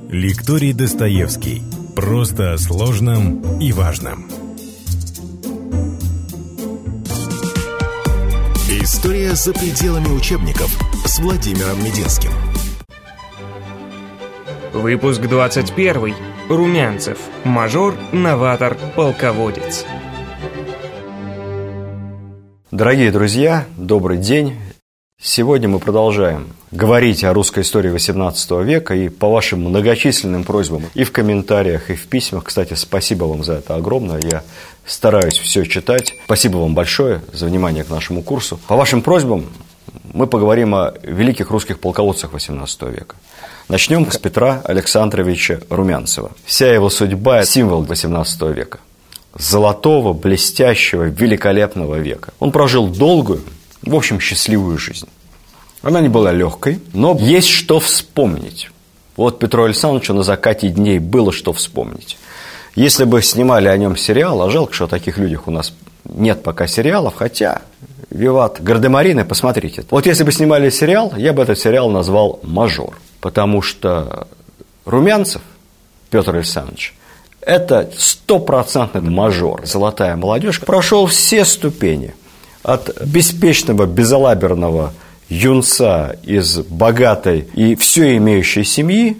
Лекторий Достоевский. Просто о сложном и важном. История за пределами учебников с Владимиром Мединским. Выпуск 21. Румянцев. Мажор, новатор, полководец. Дорогие друзья, добрый день. Сегодня мы продолжаем говорить о русской истории XVIII века, и по вашим многочисленным просьбам и в комментариях, и в письмах. Кстати, спасибо вам за это огромное. Я стараюсь все читать. Спасибо вам большое за внимание к нашему курсу. По вашим просьбам мы поговорим о великих русских полководцах XVIII века. Начнем с Петра Александровича Румянцева. Вся его судьба – символ XVIII века. Золотого, блестящего, великолепного века. Он прожил долгую, в общем, счастливую жизнь. Она не была легкой, но есть что вспомнить. Вот Петру Александровичу на закате дней было что вспомнить. Если бы снимали о нем сериал, а жалко, что о таких людях у нас нет пока сериалов, хотя, виват гардемарины, посмотрите. Вот если бы снимали сериал, я бы этот сериал назвал «Мажор». Потому что Румянцев, Петр Александрович, это стопроцентный мажор. Золотая молодежь прошел все ступени. От беспечного, безалаберного юнца из богатой и все имеющей семьи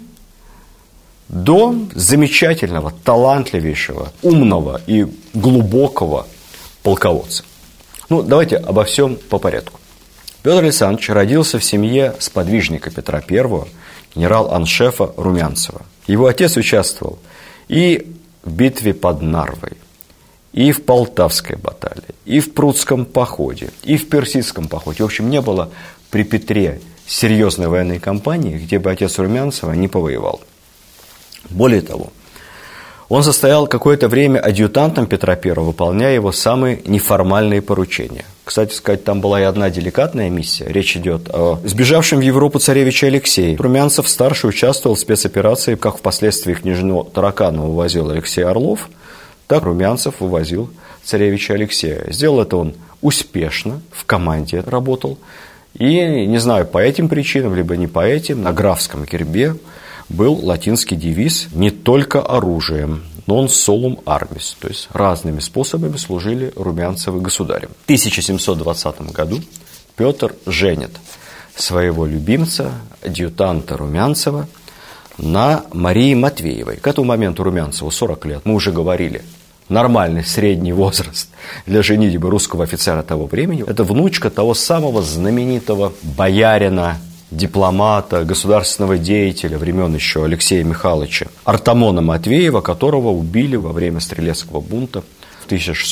до замечательного, талантливейшего, умного и глубокого полководца. Ну, давайте обо всем по порядку. Петр Александрович родился в семье сподвижника Петра I, генерал-аншефа Румянцева. Его отец участвовал и в битве под Нарвой, и в Полтавской баталии, и в Прудском походе, и в Персидском походе. В общем, не было при Петре серьезной военной кампании, где бы отец Румянцева не повоевал. Более того, он состоял какое-то время адъютантом Петра I, выполняя его самые неформальные поручения. Кстати сказать, там была и одна деликатная миссия. Речь идет о сбежавшем в Европу царевиче Алексее. Румянцев-старший участвовал в спецоперации, как впоследствии княжну Тараканову вывозил Алексей Орлов, так Румянцев вывозил царевича Алексея. Сделал это он успешно, в команде работал. И, не знаю, по этим причинам, либо не по этим, на графском гербе был латинский девиз «Не только оружием, non solum armis», то есть разными способами служили Румянцевы государем. В 1720 году Петр женит своего любимца, адъютанта Румянцева, на Марии Матвеевой. К этому моменту Румянцеву 40 лет. Мы уже говорили, нормальный средний возраст для женитьбы русского офицера того времени. Это внучка того самого знаменитого боярина, дипломата, государственного деятеля времен еще Алексея Михайловича Артамона Матвеева, которого убили во время Стрелецкого бунта в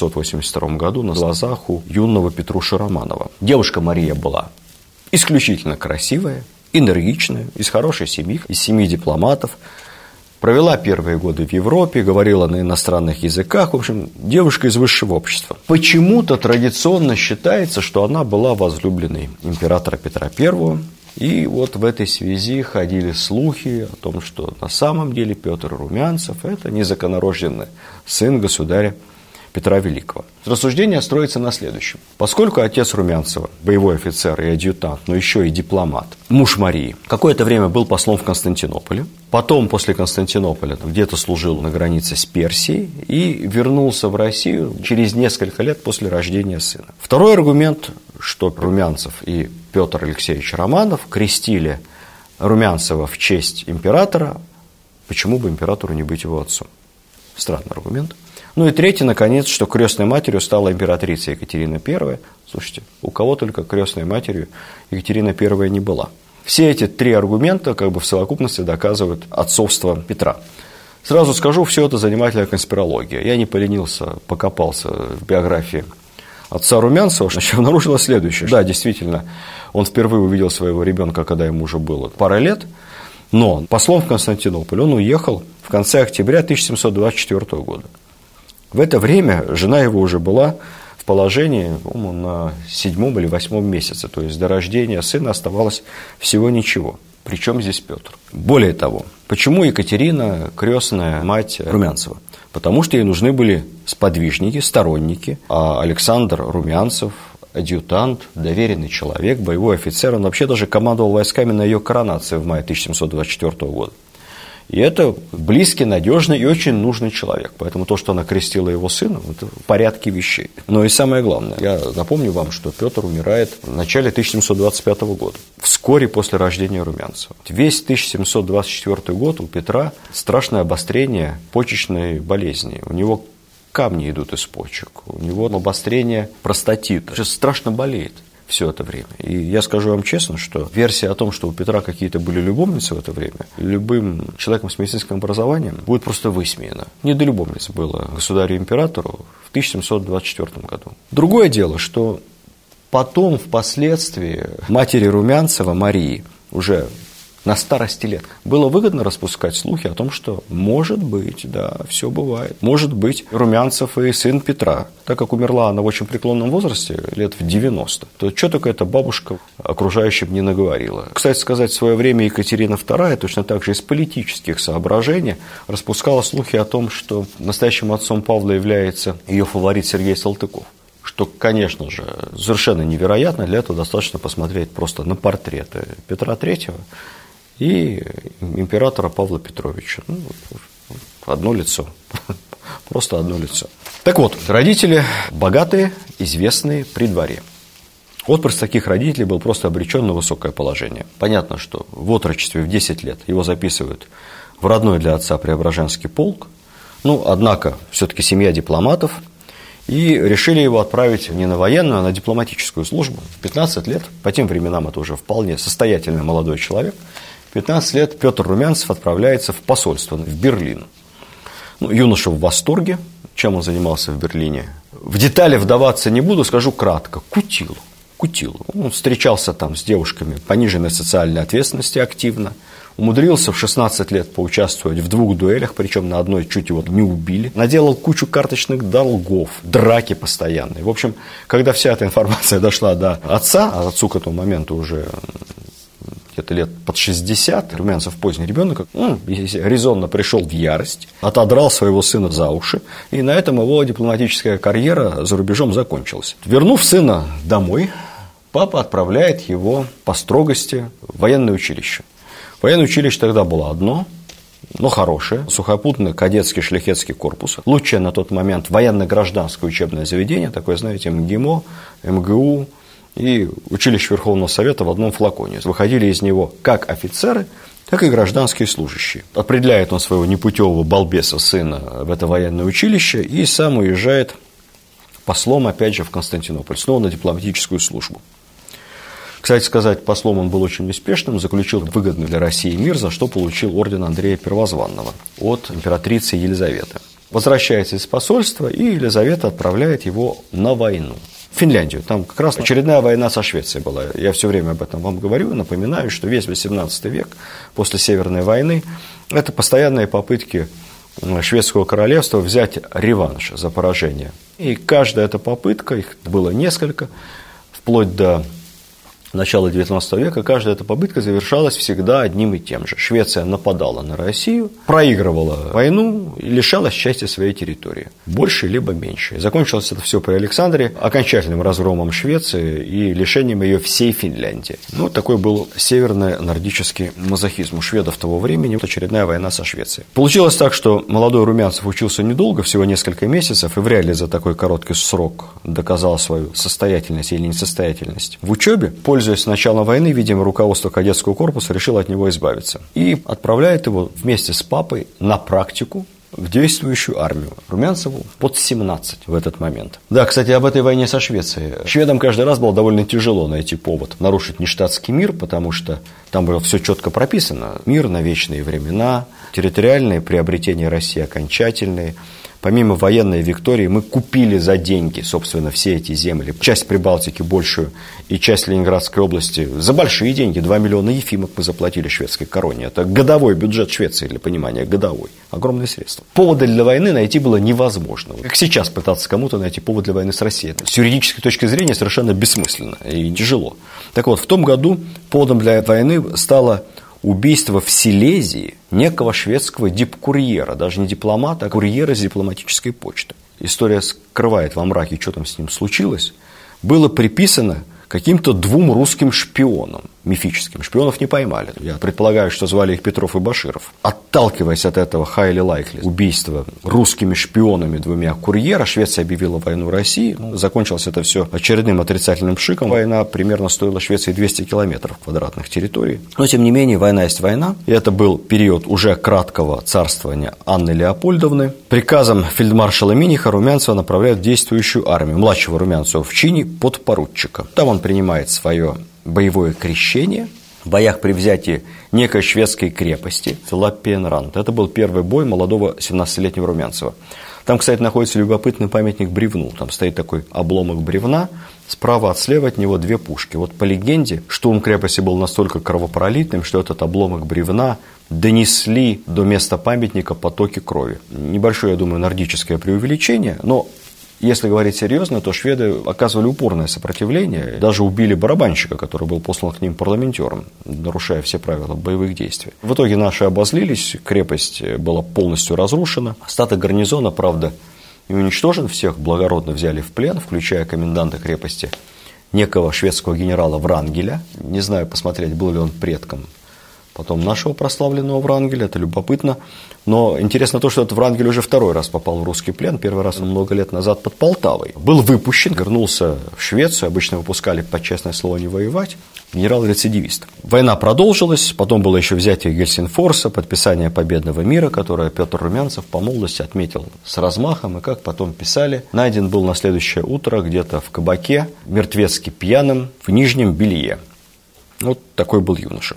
1682 году на глазах у юного Петруши Романова. Девушка Мария была исключительно красивая, энергичная, из хорошей семьи, из семьи дипломатов. Провела первые годы в Европе, говорила на иностранных языках. В общем, девушка из высшего общества. Почему-то традиционно считается, что она была возлюбленной императора Петра I. И вот в этой связи ходили слухи о том, что на самом деле Петр Румянцев – это незаконнорожденный сын государя Петра Великого. Рассуждение строится на следующем. Поскольку отец Румянцева, боевой офицер и адъютант, но еще и дипломат, муж Марии, какое-то время был послом в Константинополе, потом после Константинополя где-то служил на границе с Персией и вернулся в Россию через несколько лет после рождения сына. Второй аргумент, что Румянцев и Петр Алексеевич Романов крестили Румянцева в честь императора, почему бы императору не быть его отцом? Странный аргумент. Ну и третий, наконец, что крестной матерью стала императрица Екатерина I. Слушайте, у кого только крестной матерью Екатерина I не была. Все эти три аргумента как бы в совокупности доказывают отцовство Петра. Сразу скажу, все это занимательная конспирология. Я не поленился, покопался в биографии отца Румянцева, значит, обнаружилось следующее. Да, действительно, он впервые увидел своего ребенка, когда ему уже было пара лет, но послом в Константинополь он уехал в конце октября 1724 года. В это время жена его уже была в положении, по-моему, на 7 или 8 месяце, то есть до рождения сына оставалось всего ничего. Причем здесь Петр? Более того, почему Екатерина крестная мать Румянцева? Потому что ей нужны были сподвижники, сторонники, а Александр Румянцев, адъютант, доверенный человек, боевой офицер, он вообще даже командовал войсками на ее коронации в мае 1724 года. И это близкий, надежный и очень нужный человек. Поэтому то, что она крестила его сына, это в порядке вещей. Но и самое главное, я напомню вам, что Петр умирает в начале 1725 года, вскоре после рождения Румянцева. Весь 1724 год у Петра страшное обострение почечной болезни. У него камни идут из почек, у него обострение простатита. Страшно болеет все это время. И я скажу вам честно, что версия о том, что у Петра какие-то были любовницы в это время, любым человеком с медицинским образованием будет просто высмеяна. Не до любовниц было государю-императору в 1724 году. Другое дело, что потом, впоследствии, матери Румянцева, Марии, уже на старости лет, было выгодно распускать слухи о том, что, может быть, да, все бывает, может быть, Румянцев и сын Петра, так как умерла она в очень преклонном возрасте, лет в 90, то что только эта бабушка окружающим не наговорила. Кстати сказать, в свое время Екатерина II точно так же из политических соображений распускала слухи о том, что настоящим отцом Павла является ее фаворит Сергей Салтыков. Что, конечно же, совершенно невероятно, для этого достаточно посмотреть просто на портреты Петра III и императора Павла Петровича. Ну, одно лицо, просто одно лицо. Так вот, родители богатые, известные при дворе. Отпрыск таких родителей был просто обречен на высокое положение. Понятно, что в отрочестве в 10 лет его записывают в родной для отца Преображенский полк. Ну, однако, все-таки семья дипломатов. И решили его отправить не на военную, а на дипломатическую службу. В 15 лет, по тем временам это уже вполне состоятельный молодой человек, в 15 лет Петр Румянцев отправляется в посольство в Берлин. Ну, юноша в восторге, чем он занимался в Берлине. В детали вдаваться не буду, скажу кратко. Кутил. Он встречался там с девушками пониженной социальной ответственности активно. Умудрился в 16 лет поучаствовать в 2 дуэлях, причем на одной чуть его не убили. Наделал кучу карточных долгов, драки постоянные. В общем, когда вся эта информация дошла до отца, а отцу к этому моменту уже где-то лет под 60, Румянцев поздний ребенок, резонно пришел в ярость, отодрал своего сына за уши, и на этом его дипломатическая карьера за рубежом закончилась. Вернув сына домой, папа отправляет его по строгости в военное училище. Военное училище тогда было одно, но хорошее, сухопутный кадетский шляхетский корпус, лучшее на тот момент военно-гражданское учебное заведение, такое, знаете, МГИМО, МГУ и училище Верховного Совета в одном флаконе. Выходили из него как офицеры, так и гражданские служащие. Определяет он своего непутевого балбеса сына в это военное училище и сам уезжает послом, опять же, в Константинополь, снова на дипломатическую службу. Кстати сказать, послом он был очень успешным, заключил выгодный для России мир, за что получил орден Андрея Первозванного от императрицы Елизаветы. Возвращается из посольства, и Елизавета отправляет его на войну. В Финляндию. Там как раз очередная война со Швецией была. Я все время об этом вам говорю, напоминаю, что весь XVIII век после Северной войны это постоянные попытки шведского королевства взять реванш за поражение. И каждая эта попытка, их было несколько, вплоть до начала XIX века, каждая эта попытка завершалась всегда одним и тем же. Швеция нападала на Россию, проигрывала войну и лишалась части своей территории. Больше либо меньше. И закончилось это все при Александре окончательным разгромом Швеции и лишением ее всей Финляндии. Ну, такой был северно-нордический мазохизм у шведов того времени. Вот очередная война со Швецией. Получилось так, что молодой Румянцев учился недолго, всего несколько месяцев, и вряд ли за такой короткий срок доказал свою состоятельность или несостоятельность в учебе. Пользуясь началом войны, видимо, руководство кадетского корпуса решило от него избавиться. И отправляет его вместе с папой на практику в действующую армию. Румянцеву под 17 в этот момент. Да, кстати, об этой войне со Швецией. Шведам каждый раз было довольно тяжело найти повод нарушить нештатский мир, потому что там было все четко прописано. Мир на вечные времена, территориальные приобретения России окончательные. Помимо военной виктории мы купили за деньги, собственно, все эти земли. Часть Прибалтики большую и часть Ленинградской области за большие деньги. 2 миллиона ефимок мы заплатили шведской короне. Это годовой бюджет Швеции, для понимания, годовой. Огромные средства. Повода для войны найти было невозможно. Как сейчас пытаться кому-то найти повод для войны с Россией. С юридической точки зрения совершенно бессмысленно и тяжело. Так вот, в том году поводом для войны стало убийство в Силезии некого шведского дипкурьера, даже не дипломата, а курьера с дипломатической почты. История скрывает во мраке, что там с ним случилось. Было приписано каким-то 2 русским шпионам. мифическим. Шпионов не поймали. Я предполагаю, что звали их Петров и Баширов. Отталкиваясь от этого highly likely убийства русскими шпионами 2 курьера, Швеция объявила войну России. Закончилось это все очередным отрицательным пшиком. Война примерно стоила Швеции 200 километров квадратных территорий. Но, тем не менее, война есть война. И это был период уже краткого царствования Анны Леопольдовны. Приказом фельдмаршала Миниха Румянцева направляют в действующую армию. Младшего Румянцева в чине подпоручика. Там он принимает свое боевое крещение в боях при взятии некой шведской крепости Лаппенрант. Это был первый бой молодого 17-летнего Румянцева. Там, кстати, находится любопытный памятник бревну. Там стоит такой обломок бревна, справа от слева от него 2 пушки. Вот по легенде, штурм крепости был настолько кровопролитным, что этот обломок бревна донесли до места памятника потоки крови. Небольшое, я думаю, нордическое преувеличение, но если говорить серьезно, то шведы оказывали упорное сопротивление, даже убили барабанщика, который был послан к ним парламентером, нарушая все правила боевых действий. В итоге наши обозлились, крепость была полностью разрушена. Остаток гарнизона, правда, не уничтожен, всех благородно взяли в плен, включая коменданта крепости, некого шведского генерала Врангеля. Не знаю, посмотреть, был ли он предком потом нашего прославленного Врангеля, это любопытно. Но интересно то, что этот Врангель уже 2-й раз попал в русский плен, 1-й раз он много лет назад под Полтавой. Был выпущен, вернулся в Швецию, обычно выпускали под честное слово не воевать, генерал-рецидивист. Война продолжилась, потом было еще взятие Гельсинфорса, подписание победного мира, которое Петр Румянцев по молодости отметил с размахом, и, как потом писали, найден был на следующее утро где-то в кабаке, мертвецки пьяным, в нижнем белье. Вот такой был юноша.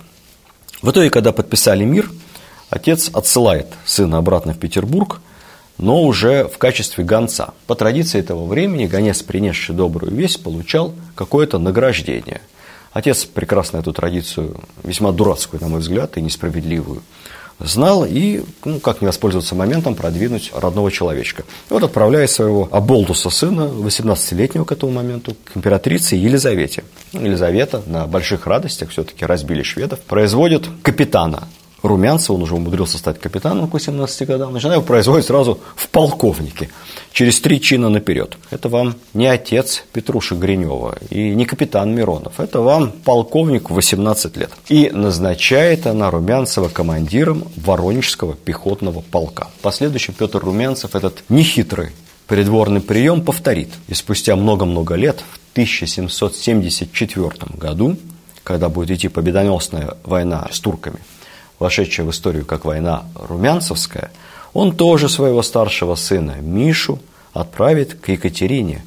В итоге, когда подписали мир, отец отсылает сына обратно в Петербург, но уже в качестве гонца. По традиции того времени гонец, принесший добрую весть, получал какое-то награждение. Отец прекрасно эту традицию, весьма дурацкую, на мой взгляд, и несправедливую, знал и, как не воспользоваться моментом, продвинуть родного человечка. И вот отправляет своего оболтуса сына, 18-летнего к этому моменту, к императрице Елизавете. Елизавета на больших радостях, все-таки разбили шведов, производит капитана Румянцева, он уже умудрился стать капитаном к 18 годам, начинает его производить сразу в полковнике, через 3 чина наперед. Это вам не отец Петруши Гринева и не капитан Миронов, это вам полковник в 18 лет. И назначает она Румянцева командиром Воронежского пехотного полка. В последующем Петр Румянцев этот нехитрый придворный прием повторит. И спустя много-много лет, в 1774 году, когда будет идти победоносная война с турками, вошедшая в историю как война Румянцевская, он тоже своего старшего сына Мишу отправит к Екатерине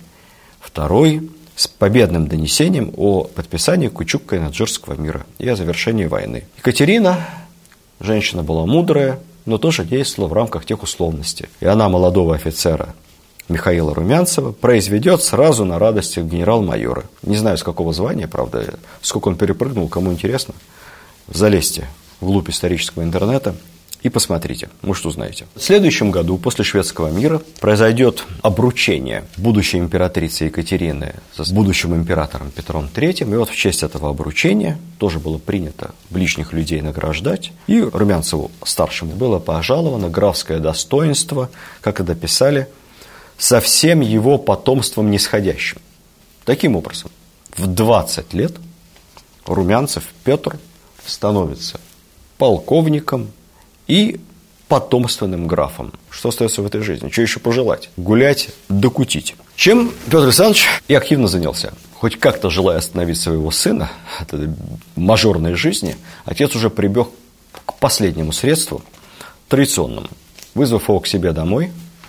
II с победным донесением о подписании Кучук-Кайнаджирского мира и о завершении войны. Екатерина, женщина была мудрая, но тоже действовала в рамках тех условностей. И она молодого офицера Михаила Румянцева произведет сразу на радостях генерал-майора. Не знаю, с какого звания, правда, сколько он перепрыгнул, кому интересно, залезьте вглубь исторического интернета и посмотрите, может, узнаете. В следующем году, после шведского мира, произойдет обручение будущей императрицы Екатерины с будущим императором Петром III. И вот в честь этого обручения тоже было принято ближних людей награждать. И Румянцеву старшему было пожаловано графское достоинство, как это писали, со всем его потомством нисходящим. Таким образом, в 20 лет Румянцев Петр становится полковником и потомственным графом. Что остается в этой жизни? Что еще пожелать? Гулять, докутить. Чем Петр Александрович и активно занялся. Хоть как-то желая остановить своего сына от этой мажорной жизни, отец уже прибег к последнему средству, традиционному. Вызвав его к себе домой,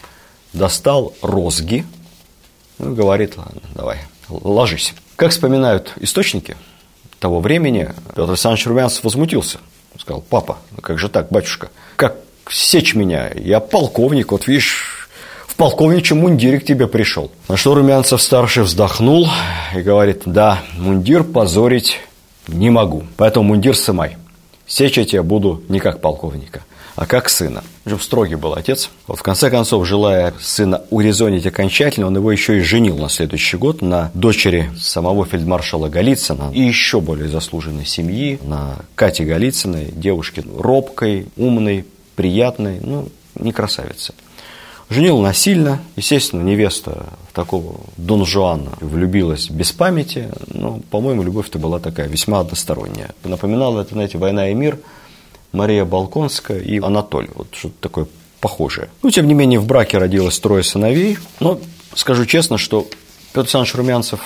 достал розги, говорит: ладно, давай, ложись. Как вспоминают источники того времени, Петр Александрович Румянцев возмутился. Он сказал: папа, ну как же так, батюшка, как сечь меня? Я полковник, вот видишь, в полковничьем мундире к тебе пришел. На что Румянцев-старший вздохнул и говорит: да, мундир позорить не могу, поэтому мундир сымай. Сечь я тебя буду не как полковника, а как сына. Причем строгий был отец. Вот в конце концов, желая сына урезонить окончательно, он его еще и женил на следующий год на дочери самого фельдмаршала Голицына и еще более заслуженной семьи, на Кате Голицыной, девушке робкой, умной, приятной, не красавице. Женил насильно. Естественно, невеста в такого Дон Жуана влюбилась без памяти. Но, по-моему, любовь-то была такая весьма односторонняя. Напоминала это, знаете, «Война и мир», Мария Болконская и Анатоль. Вот что-то такое похожее. Но, тем не менее, в браке родилось 3 сыновей. Но скажу честно, что Петр Александрович Румянцев,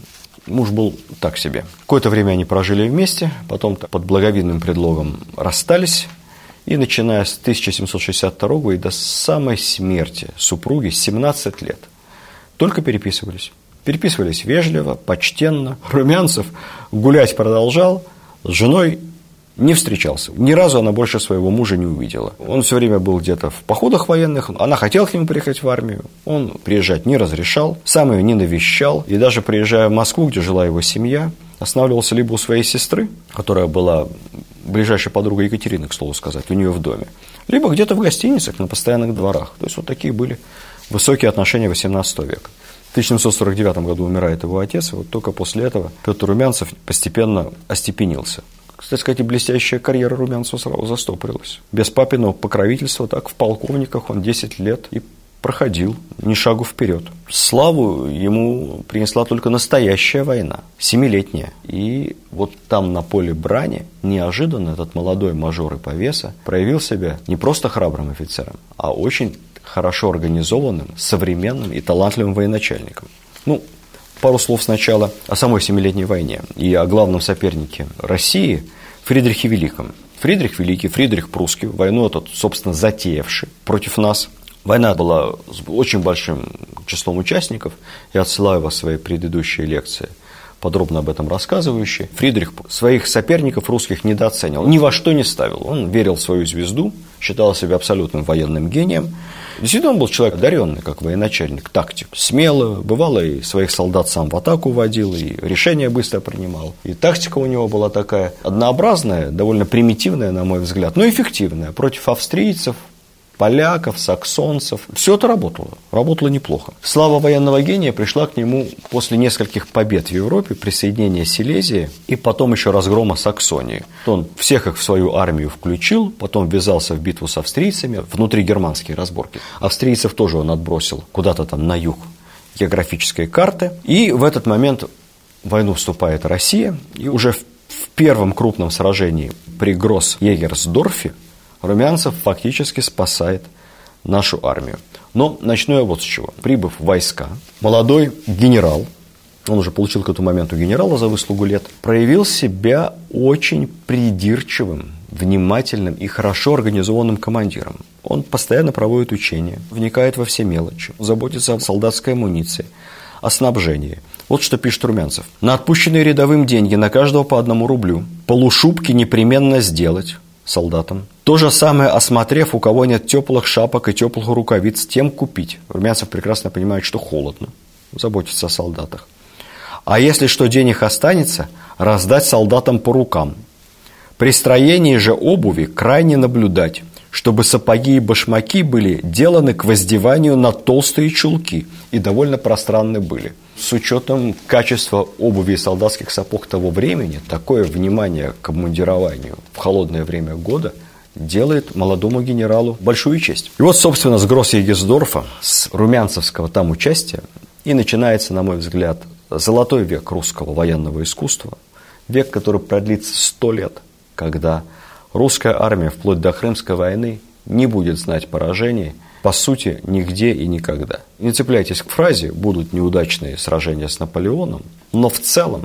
муж был так себе. Какое-то время они прожили вместе, потом под благовидным предлогом расстались. И начиная с 1762 и до самой смерти супруги, 17 лет, только переписывались. Переписывались вежливо, почтенно. Румянцев гулять продолжал, с женой не встречался. Ни разу она больше своего мужа не увидела. Он все время был где-то в походах военных, она хотела к нему приехать в армию, он приезжать не разрешал, сам ее не навещал. И даже приезжая в Москву, где жила его семья, останавливался либо у своей сестры, которая была ближайшая подруга Екатерины, к слову сказать, у нее в доме, либо где-то в гостиницах, на постоянных дворах. То есть вот такие были высокие отношения XVIII века. В 1749 году умирает его отец, и вот только после этого Петр Румянцев постепенно остепенился. Кстати сказать, и блестящая карьера Румянцева сразу застопорилась. Без папиного покровительства, так, в полковниках он 10 лет и проходил ни шагу вперед. Славу ему принесла только настоящая война, 7-летняя. И вот там, на поле брани, неожиданно этот молодой мажор и повеса проявил себя не просто храбрым офицером, а очень хорошо организованным, современным и талантливым военачальником. Пару слов сначала о самой 7-летней войне и о главном сопернике России Фридрихе Великом. Фридрих Великий, Фридрих Прусский, войну этот, собственно, затеявший против нас. Война была с очень большим числом участников. Я отсылаю вас в свои предыдущие лекции, подробно об этом рассказывающие. Фридрих своих соперников русских недооценивал, ни во что не ставил. Он верил в свою звезду, считал себя абсолютным военным гением. Действительно, он был человек одаренный, как военачальник, тактик. Смело, бывало, и своих солдат сам в атаку водил, и решения быстро принимал. И тактика у него была такая однообразная, довольно примитивная, на мой взгляд, но эффективная. Против австрийцев, поляков, саксонцев. Все это работало неплохо. Слава военного гения пришла к нему после нескольких побед в Европе, присоединения Силезии и потом еще разгрома Саксонии. Он всех их в свою армию включил, потом ввязался в битву с австрийцами, внутригерманские разборки. Австрийцев тоже он отбросил куда-то там на юг географической карты. И в этот момент в войну вступает Россия, и уже в первом крупном сражении при Гросс-Егерсдорфе Румянцев фактически спасает нашу армию. Но начну я вот с чего. Прибыв в войска, молодой генерал, он уже получил к этому моменту генерала за выслугу лет, проявил себя очень придирчивым, внимательным и хорошо организованным командиром. Он постоянно проводит учения, вникает во все мелочи, заботится о солдатской амуниции, о снабжении. Вот что пишет Румянцев. На отпущенные рядовым деньги на каждого по 1 рублю, полушубки непременно сделать солдатам. То же самое, осмотрев, у кого нет теплых шапок и теплых рукавиц, тем купить. Румянцев прекрасно понимает, что холодно, заботится о солдатах. А если что денег останется, раздать солдатам по рукам. При строении же обуви крайне наблюдать, чтобы сапоги и башмаки были деланы к воздеванию на толстые чулки и довольно пространны были. С учетом качества обуви и солдатских сапог того времени, такое внимание к обмундированию в холодное время года делает молодому генералу большую честь. И вот, собственно, с Гросс-Егерсдорфа, с румянцевского там участия и начинается, на мой взгляд, золотой век русского военного искусства, век, который продлится 100 лет, когда русская армия вплоть до Крымской войны не будет знать поражений, по сути, нигде и никогда. Не цепляйтесь к фразе «будут неудачные сражения с Наполеоном», но в целом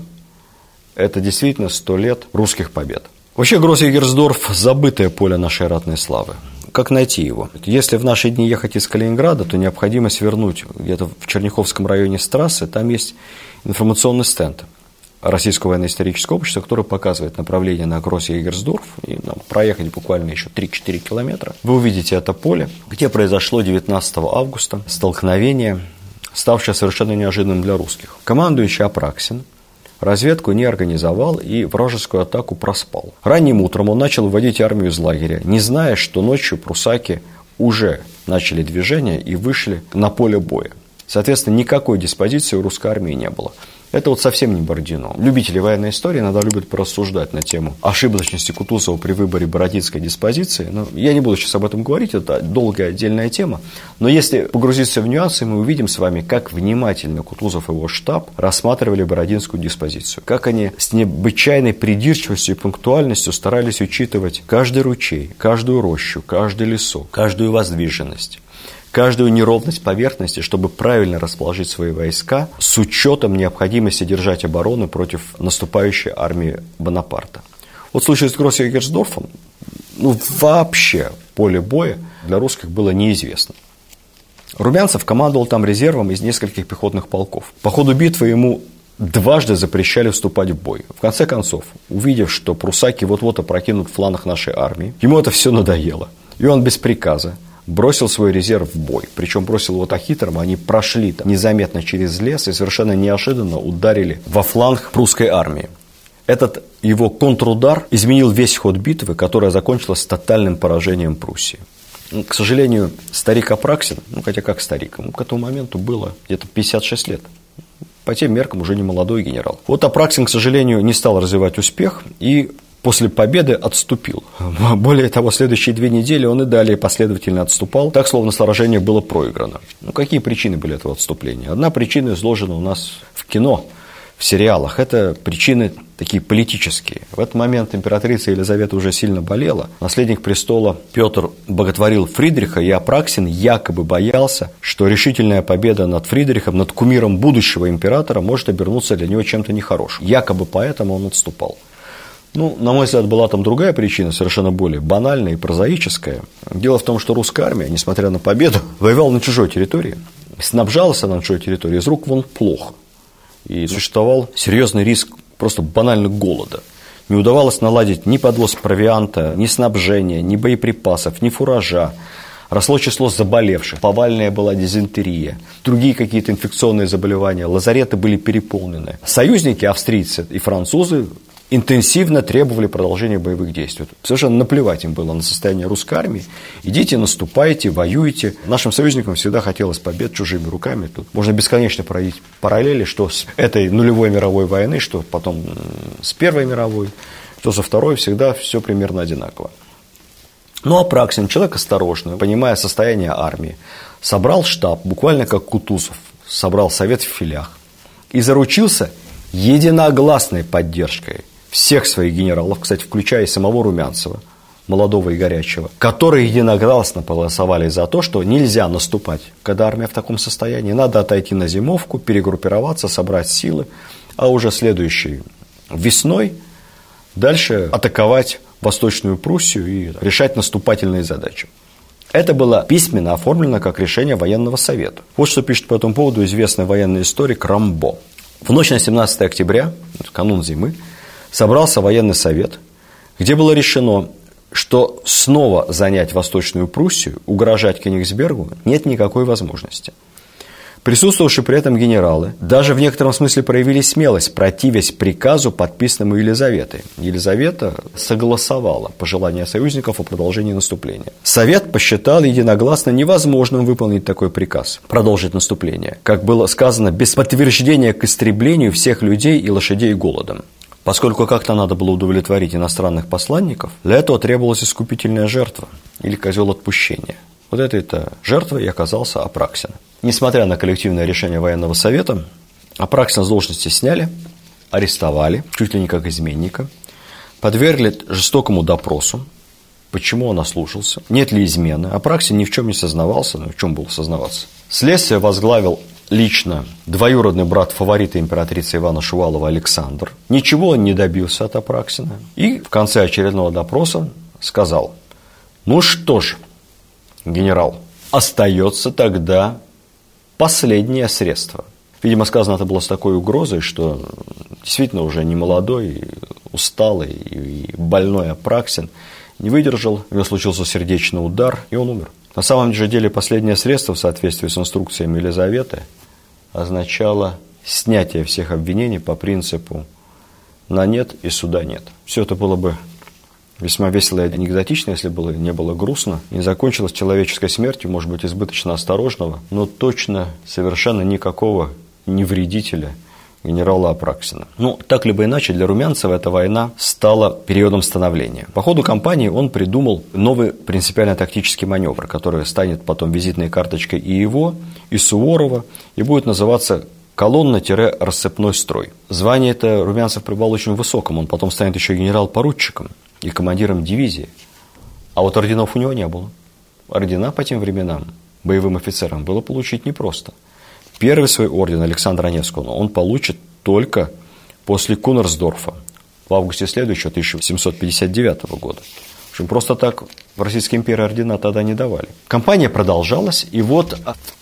это действительно 100 лет русских побед. Вообще Гросс-Егерсдорф – забытое поле нашей ратной славы. Как найти его? Если в наши дни ехать из Калининграда, то необходимо свернуть где-то в Черняховском районе с трассы, там есть информационный стенд Российского военно-исторического общества, который показывает направление на Гросс-Егерсдорф, и проехать буквально еще 3-4 километра. Вы увидите это поле, где произошло 19 августа столкновение, ставшее совершенно неожиданным для русских. Командующий Апраксин разведку не организовал и вражескую атаку проспал. Ранним утром он начал вводить армию из лагеря, не зная, что ночью прусаки уже начали движение и вышли на поле боя. Соответственно, никакой диспозиции у русской армии не было. Это вот совсем не Бородино. Любители военной истории иногда любят порассуждать на тему ошибочности Кутузова при выборе бородинской диспозиции. Но я не буду сейчас об этом говорить, это долгая отдельная тема. Но если погрузиться в нюансы, мы увидим с вами, как внимательно Кутузов и его штаб рассматривали бородинскую диспозицию. Как они с необычайной придирчивостью и пунктуальностью старались учитывать каждый ручей, каждую рощу, каждый лесок, каждую воздвиженность, каждую неровность поверхности, чтобы правильно расположить свои войска с учетом необходимости держать оборону против наступающей армии Бонапарта. Вот в случае с Гросс-Егерсдорфом, вообще поле боя для русских было неизвестно. Румянцев командовал там резервом из нескольких пехотных полков. По ходу битвы ему дважды запрещали вступать в бой. В конце концов, увидев, что прусаки вот-вот опрокинут фланг нашей армии, ему это все надоело, и он без приказа бросил свой резерв в бой. Причем бросил его так хитрым, они прошли там незаметно через лес и совершенно неожиданно ударили во фланг прусской армии. Этот его контрудар изменил весь ход битвы, которая закончилась тотальным поражением Пруссии. К сожалению, старик Апраксин, хотя как старик, ему к этому моменту было где-то 56 лет. По тем меркам уже не молодой генерал. Вот Апраксин, к сожалению, не стал развивать успех и после победы отступил. Более того, следующие 2 недели он и далее последовательно отступал, так, словно сражение было проиграно. Какие причины были этого отступления? Одна причина изложена у нас в кино, в сериалах. Это причины такие политические. В этот момент императрица Елизавета уже сильно болела. Наследник престола Петр боготворил Фридриха, и Апраксин якобы боялся, что решительная победа над Фридрихом, над кумиром будущего императора, может обернуться для него чем-то нехорошим. Якобы поэтому он отступал. На мой взгляд, была там другая причина, совершенно более банальная и прозаическая. Дело в том, что русская армия, несмотря на победу, воевала на чужой территории. Снабжалась она на чужой территории из рук вон плохо. И существовал серьезный риск просто банально голода. Не удавалось наладить ни подвоз провианта, ни снабжения, ни боеприпасов, ни фуража. Росло число заболевших, повальная была дизентерия, другие какие-то инфекционные заболевания, лазареты были переполнены. Союзники, австрийцы и французы, интенсивно требовали продолжения боевых действий. Совершенно наплевать им было на состояние русской армии. Идите, наступайте, воюйте. Нашим союзникам всегда хотелось побед чужими руками. Тут можно бесконечно проводить параллели, что с этой нулевой мировой войны, что потом с Первой мировой, что со Второй, всегда все примерно одинаково. Апраксин, человек осторожный, понимая состояние армии, собрал штаб, буквально как Кутузов, собрал совет в филях и заручился единогласной поддержкой всех своих генералов, кстати, включая и самого Румянцева, молодого и горячего, которые единогласно проголосовали за то, что нельзя наступать, когда армия в таком состоянии, надо отойти на зимовку, перегруппироваться, собрать силы, а уже следующей весной дальше атаковать Восточную Пруссию и решать наступательные задачи. Это было письменно оформлено как решение военного совета. Вот что пишет по этому поводу известный военный историк Рамбо. В ночь на 17 октября, канун зимы, собрался военный совет, где было решено, что снова занять Восточную Пруссию, угрожать Кёнигсбергу нет никакой возможности. Присутствовавшие при этом генералы даже в некотором смысле проявили смелость, противясь приказу, подписанному Елизаветой. Елизавета согласовала пожелания союзников о продолжении наступления. Совет посчитал единогласно невозможным выполнить такой приказ, продолжить наступление, как было сказано, без подтверждения к истреблению всех людей и лошадей голодом. Поскольку как-то надо было удовлетворить иностранных посланников, для этого требовалась искупительная жертва или козел отпущения. Вот этой-то жертвой и оказался Апраксин. Несмотря на коллективное решение военного совета, Апраксина с должности сняли, арестовали, чуть ли не как изменника, подвергли жестокому допросу, почему он ослушался, нет ли измены. Апраксин ни в чем не сознавался, но в чем было сознаваться. Следствие возглавил лично двоюродный брат фаворита императрицы Ивана Шувалова Александр. Ничего он не добился от Апраксина. И в конце очередного допроса сказал: ну что ж, генерал, остается тогда последнее средство. Видимо, сказано это было с такой угрозой, что действительно уже не молодой, усталый и больной Апраксин не выдержал, у него случился сердечный удар, и он умер. На самом же деле последнее средство в соответствии с инструкциями Елизаветы означало снятие всех обвинений по принципу «на нет и суда нет». Все это было бы весьма весело и анекдотично, если бы не было грустно. Не закончилось человеческой смертью, может быть, избыточно осторожного, но точно совершенно никакого невредителя генерала Апраксина. Так либо иначе, для Румянцева эта война стала периодом становления. По ходу кампании он придумал новый принципиально тактический маневр, который станет потом визитной карточкой и его, и Суворова, и будет называться колонна-рассыпной строй. Звание это Румянцев прибавил очень высоком, он потом станет еще генерал-поручиком и командиром дивизии. А вот орденов у него не было. Ордена по тем временам боевым офицерам было получить непросто. Первый свой орден Александра Невского он получит только после Кунерсдорфа в августе следующего 1759 года. В общем, просто так в Российской империи ордена тогда не давали. Кампания продолжалась, и вот в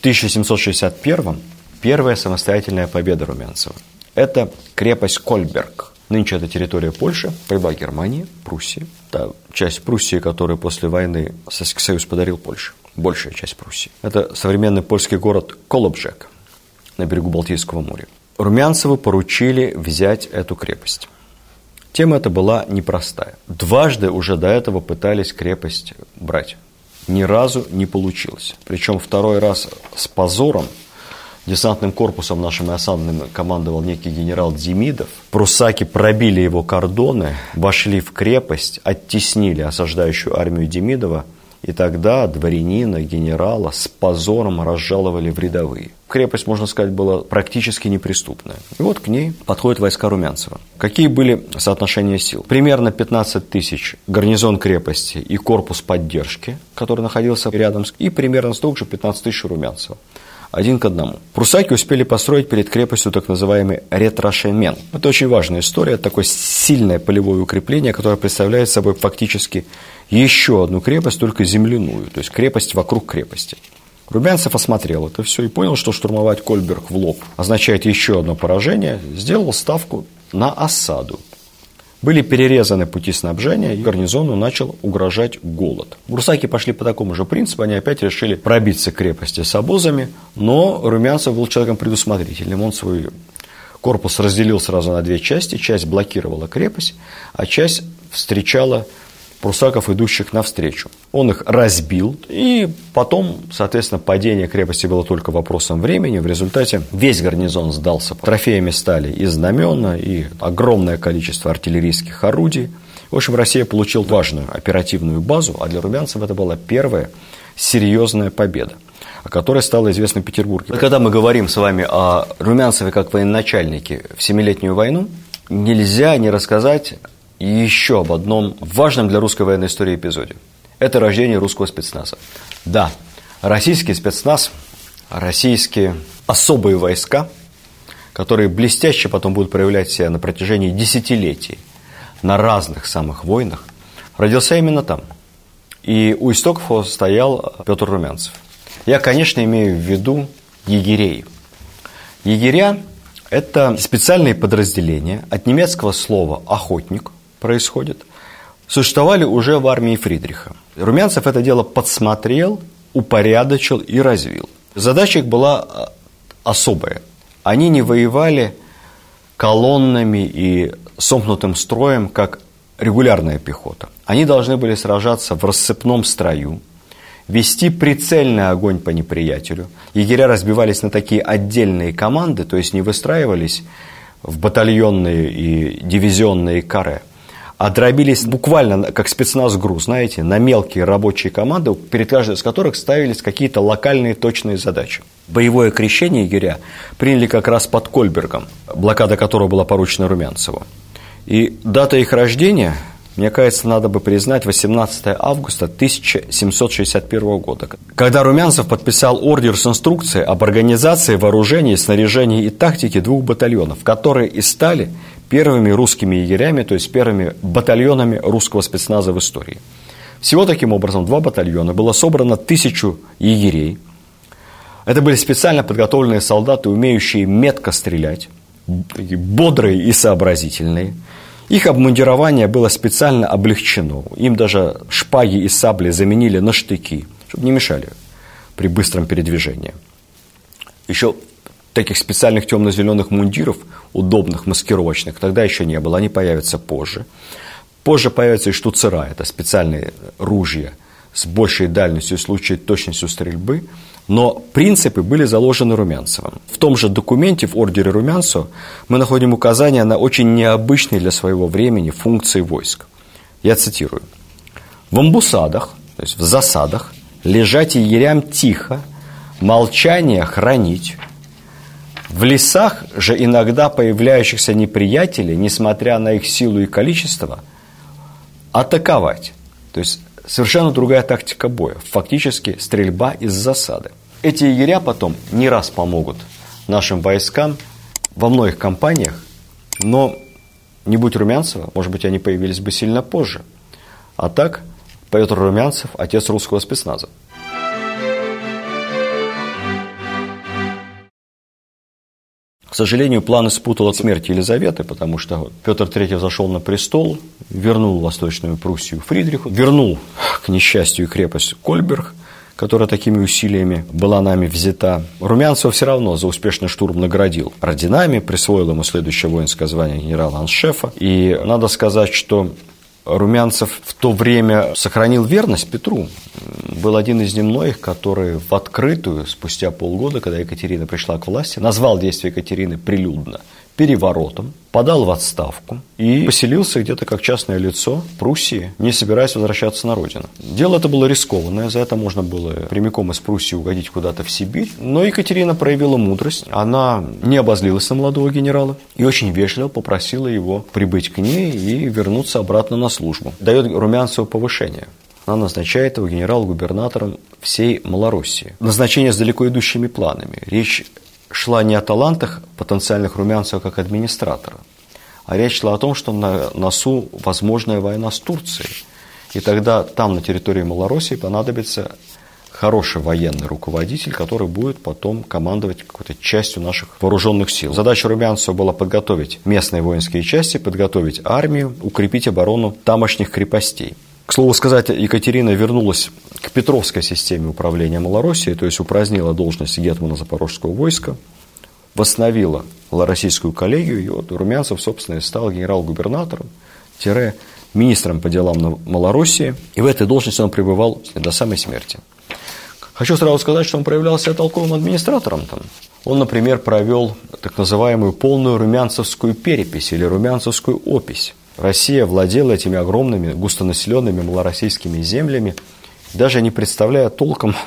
1761-м первая самостоятельная победа Румянцева. Это крепость Кольберг. Нынче это территория Польши, борьба Германии, Пруссии. Та часть Пруссии, которую после войны Советский Союз подарил Польше. Большая часть Пруссии. Это современный польский город Колобжек на берегу Балтийского моря. Румянцеву поручили взять эту крепость. Тема эта была непростая. Дважды уже до этого пытались крепость брать. Ни разу не получилось. Причем второй раз с позором. Десантным корпусом нашим и осадным командовал некий генерал Демидов. Пруссаки пробили его кордоны, вошли в крепость, оттеснили осаждающую армию Демидова. И тогда дворянина, генерала с позором разжаловали в рядовые. Крепость, можно сказать, была практически неприступная. И вот к ней подходят войска Румянцева. Какие были соотношения сил? Примерно 15 тысяч гарнизон крепости и корпус поддержки, который находился рядом, и примерно столько же 15 тысяч Румянцева. 1 к 1. Пруссаки успели построить перед крепостью так называемый ретраншемент. Это очень важная история, это такое сильное полевое укрепление, которое представляет собой фактически еще одну крепость, только земляную, то есть крепость вокруг крепости. Румянцев осмотрел это все и понял, что штурмовать Кольберг в лоб означает еще одно поражение, сделал ставку на осаду. Были перерезаны пути снабжения, и гарнизону начал угрожать голод. Пруссаки пошли по такому же принципу, они опять решили пробиться к крепости с обозами, но Румянцев был человеком предусмотрительным, он свой корпус разделил сразу на 2 части, часть блокировала крепость, а часть встречала пруссаков, идущих навстречу. Он их разбил, и потом, соответственно, падение крепости было только вопросом времени. В результате весь гарнизон сдался. Трофеями стали и знамена, и огромное количество артиллерийских орудий. В общем, Россия получила важную оперативную базу, а для Румянцева это была первая серьезная победа, о которой стало известно в Петербурге. Когда мы говорим с вами о Румянцеве как военачальнике в Семилетнюю войну, нельзя не рассказать еще об одном важном для русской военной истории эпизоде. Это рождение русского спецназа. Да, российский спецназ, российские особые войска, которые блестяще потом будут проявлять себя на протяжении десятилетий на разных самых войнах, родился именно там. И у истоков его стоял Петр Румянцев. Я, конечно, имею в виду егерей. Егеря – это специальные подразделения, от немецкого слова «охотник» происходит, существовали уже в армии Фридриха. Румянцев это дело подсмотрел, упорядочил и развил. Задача их была особая. Они не воевали колоннами и сомкнутым строем, как регулярная пехота. Они должны были сражаться в рассыпном строю, вести прицельный огонь по неприятелю. Егеря разбивались на такие отдельные команды, то есть не выстраивались в батальонные и дивизионные каре, а дробились буквально как спецназ-ГРУ, знаете, на мелкие рабочие команды, перед каждой из которых ставились какие-то локальные точные задачи. Боевое крещение егеря приняли как раз под Кольбергом, блокада которого была поручена Румянцеву. И дата их рождения, мне кажется, надо бы признать 18 августа 1761 года, когда Румянцев подписал ордер с инструкцией об организации, вооружении, снаряжении и тактике 2 батальонов, которые и стали первыми русскими егерями, то есть первыми батальонами русского спецназа в истории. Всего таким образом 2 батальона, было собрано 1000 егерей. Это были специально подготовленные солдаты, умеющие метко стрелять, бодрые и сообразительные. Их обмундирование было специально облегчено. Им даже шпаги и сабли заменили на штыки, чтобы не мешали при быстром передвижении. Еще таких специальных темно-зеленых мундиров, удобных, маскировочных, тогда еще не было. Они появятся позже. Позже появятся и штуцера, это специальные ружья с большей дальностью, в случае точностью стрельбы, но принципы были заложены Румянцевым. В том же документе, в ордере Румянцева, мы находим указания на очень необычные для своего времени функции войск. Я цитирую. «В амбусадах, то есть в засадах, лежать егерям тихо, молчание хранить. В лесах же иногда появляющихся неприятелей, несмотря на их силу и количество, атаковать». То есть совершенно другая тактика боя. Фактически стрельба из засады. Эти егеря потом не раз помогут нашим войскам во многих кампаниях, но не будь Румянцева, может быть, они появились бы сильно позже. А так, Петр Румянцев – отец русского спецназа. К сожалению, планы спутала смерть Елизаветы, потому что Петр III взошел на престол, вернул Восточную Пруссию Фридриху, вернул, к несчастью, и крепость Кольберг, которая такими усилиями была нами взята. Румянцева все равно за успешный штурм наградил орденами, присвоил ему следующее воинское звание генерала-аншефа. И надо сказать, что Румянцев в то время сохранил верность Петру. Был один из немногих, который в открытую, спустя полгода, когда Екатерина пришла к власти, назвал действия Екатерины прилюдно переворотом, подал в отставку и поселился где-то как частное лицо в Пруссии, не собираясь возвращаться на родину. Дело это было рискованное, за это можно было прямиком из Пруссии угодить куда-то в Сибирь. Но Екатерина проявила мудрость, она не обозлилась на молодого генерала и очень вежливо попросила его прибыть к ней и вернуться обратно на службу. Дает Румянцеву повышение. Она назначает его генерал-губернатором всей Малороссии. Назначение с далеко идущими планами. Речь шла не о талантах потенциальных Румянцева как администратора, а речь шла о том, что на носу возможная война с Турцией. И тогда там, на территории Малороссии, понадобится хороший военный руководитель, который будет потом командовать какой-то частью наших вооруженных сил. Задача Румянцева была подготовить местные воинские части, подготовить армию, укрепить оборону тамошних крепостей. К слову сказать, Екатерина вернулась к Петровской системе управления Малороссией, то есть упразднила должность гетмана Запорожского войска, восстановила Малороссийскую коллегию, и вот Румянцев, собственно, стал генерал-губернатором, министром по делам Малороссии, и в этой должности он пребывал до самой смерти. Хочу сразу сказать, что он проявлял себя толковым администратором. Он, например, провел так называемую полную румянцевскую перепись или румянцевскую опись. Россия владела этими огромными густонаселенными малороссийскими землями, даже не представляя толком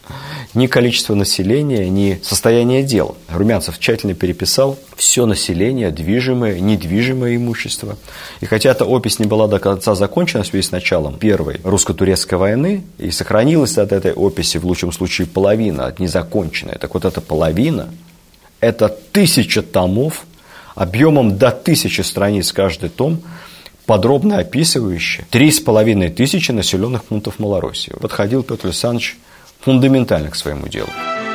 ни количества населения, ни состояния дел. Румянцев тщательно переписал все население, движимое, недвижимое имущество. И хотя эта опись не была до конца закончена в связи с началом Первой русско-турецкой войны, и сохранилась от этой описи в лучшем случае половина, от незаконченной, так вот эта половина – это 1000 томов, объемом до 1000 страниц каждый том, подробно описывающий 3500 населенных пунктов Малороссии. Подходил Петр Александрович фундаментально к своему делу.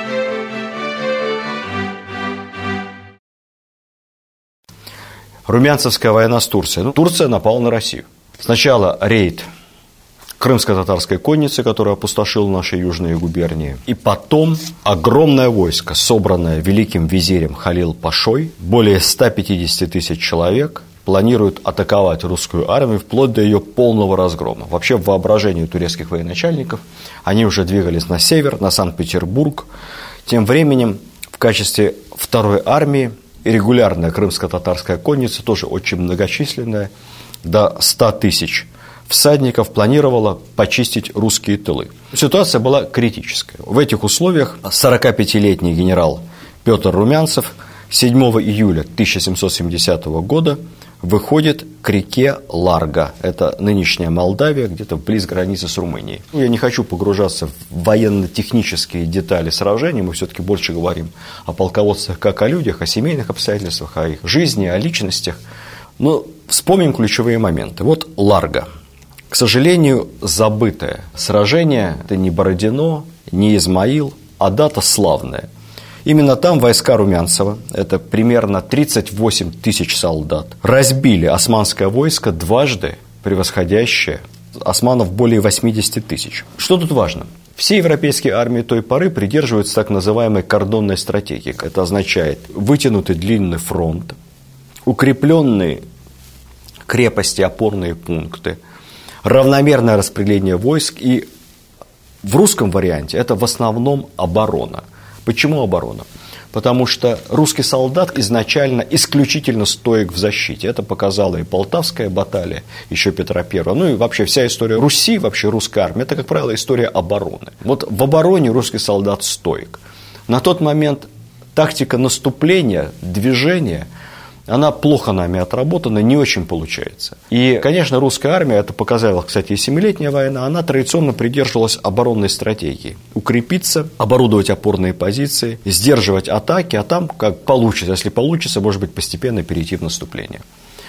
Румянцевская война с Турцией. Турция напала на Россию. Сначала рейд крымско-татарской конницы, которая опустошила наши южные губернии. И потом огромное войско, собранное великим визирем Халил-Пашой, более 150 000 человек, планируют атаковать русскую армию вплоть до ее полного разгрома. Вообще, в воображении турецких военачальников они уже двигались на север, на Санкт-Петербург. Тем временем в качестве второй армии и регулярная крымско-татарская конница, тоже очень многочисленная, до 100 000 всадников, планировала почистить русские тылы. Ситуация была критическая. В этих условиях 45-летний генерал Петр Румянцев 7 июля 1770 года выходит к реке Ларга. Это нынешняя Молдавия, где-то вблизи границы с Румынией. Я не хочу погружаться в военно-технические детали сражений. Мы все-таки больше говорим о полководцах как о людях, о семейных обстоятельствах, о их жизни, о личностях. Но вспомним ключевые моменты. Вот Ларга. К сожалению, забытое сражение. Это не Бородино, не Измаил, а дата славная. Именно там войска Румянцева, это примерно 38 000 солдат, разбили османское войско, дважды превосходящее османов более 80 000. Что тут важно? Все европейские армии той поры придерживаются так называемой кордонной стратегии. Это означает вытянутый длинный фронт, укрепленные крепости, опорные пункты, равномерное распределение войск и в русском варианте это в основном оборона. Почему оборона? Потому что русский солдат изначально исключительно стоек в защите. Это показала и Полтавская баталия, еще Петра I. Ну и вообще вся история Руси, вообще русской армии, это, как правило, история обороны. Вот в обороне русский солдат стоек. На тот момент тактика наступления, движения, она плохо нами отработана, не очень получается. И, конечно, русская армия, это показала, кстати, и Семилетняя война, она традиционно придерживалась оборонной стратегии. Укрепиться, оборудовать опорные позиции, сдерживать атаки, а там, как получится, если получится, может быть, постепенно перейти в наступление.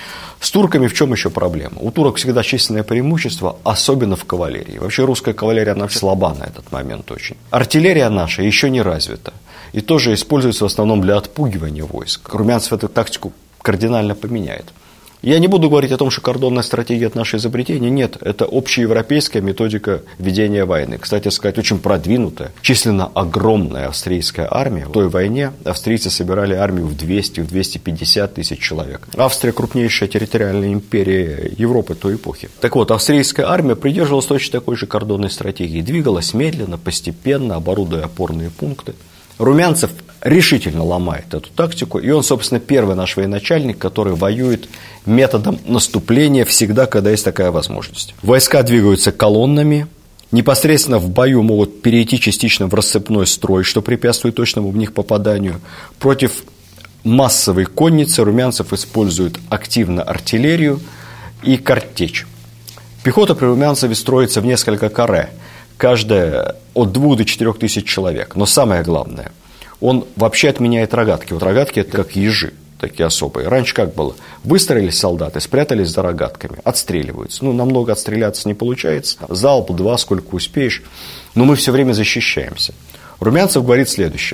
С турками в чем еще проблема? У турок всегда численное преимущество, особенно в кавалерии. Вообще русская кавалерия, она слаба на этот момент очень. Артиллерия наша еще не развита. И тоже используется в основном для отпугивания войск. Румянцев эту тактику кардинально поменяет. Я не буду говорить о том, что кордонная стратегия – это наше изобретение. Нет, это общеевропейская методика ведения войны. Кстати сказать, очень продвинутая, численно огромная австрийская армия. В той войне австрийцы собирали армию в 200-250 тысяч человек. Австрия – крупнейшая территориальная империя Европы той эпохи. Так вот, австрийская армия придерживалась точно такой же кордонной стратегии. Двигалась медленно, постепенно, оборудуя опорные пункты. Румянцев решительно ломает эту тактику, и он, собственно, первый наш военачальник, который воюет методом наступления всегда, когда есть такая возможность. Войска двигаются колоннами, непосредственно в бою могут перейти частично в рассыпной строй, что препятствует точному в них попаданию. Против массовой конницы Румянцев использует активно артиллерию и картечь. Пехота при Румянцеве строится в несколько каре, каждая от 2 до 4 тысяч человек. Но самое главное, он вообще отменяет рогатки. Вот рогатки – это как ежи, такие особые. Раньше как было? Выстроились солдаты, спрятались за рогатками, отстреливаются. Ну, намного отстреляться не получается. Залп, 2, сколько успеешь. Но мы все время защищаемся. Румянцев говорит следующее.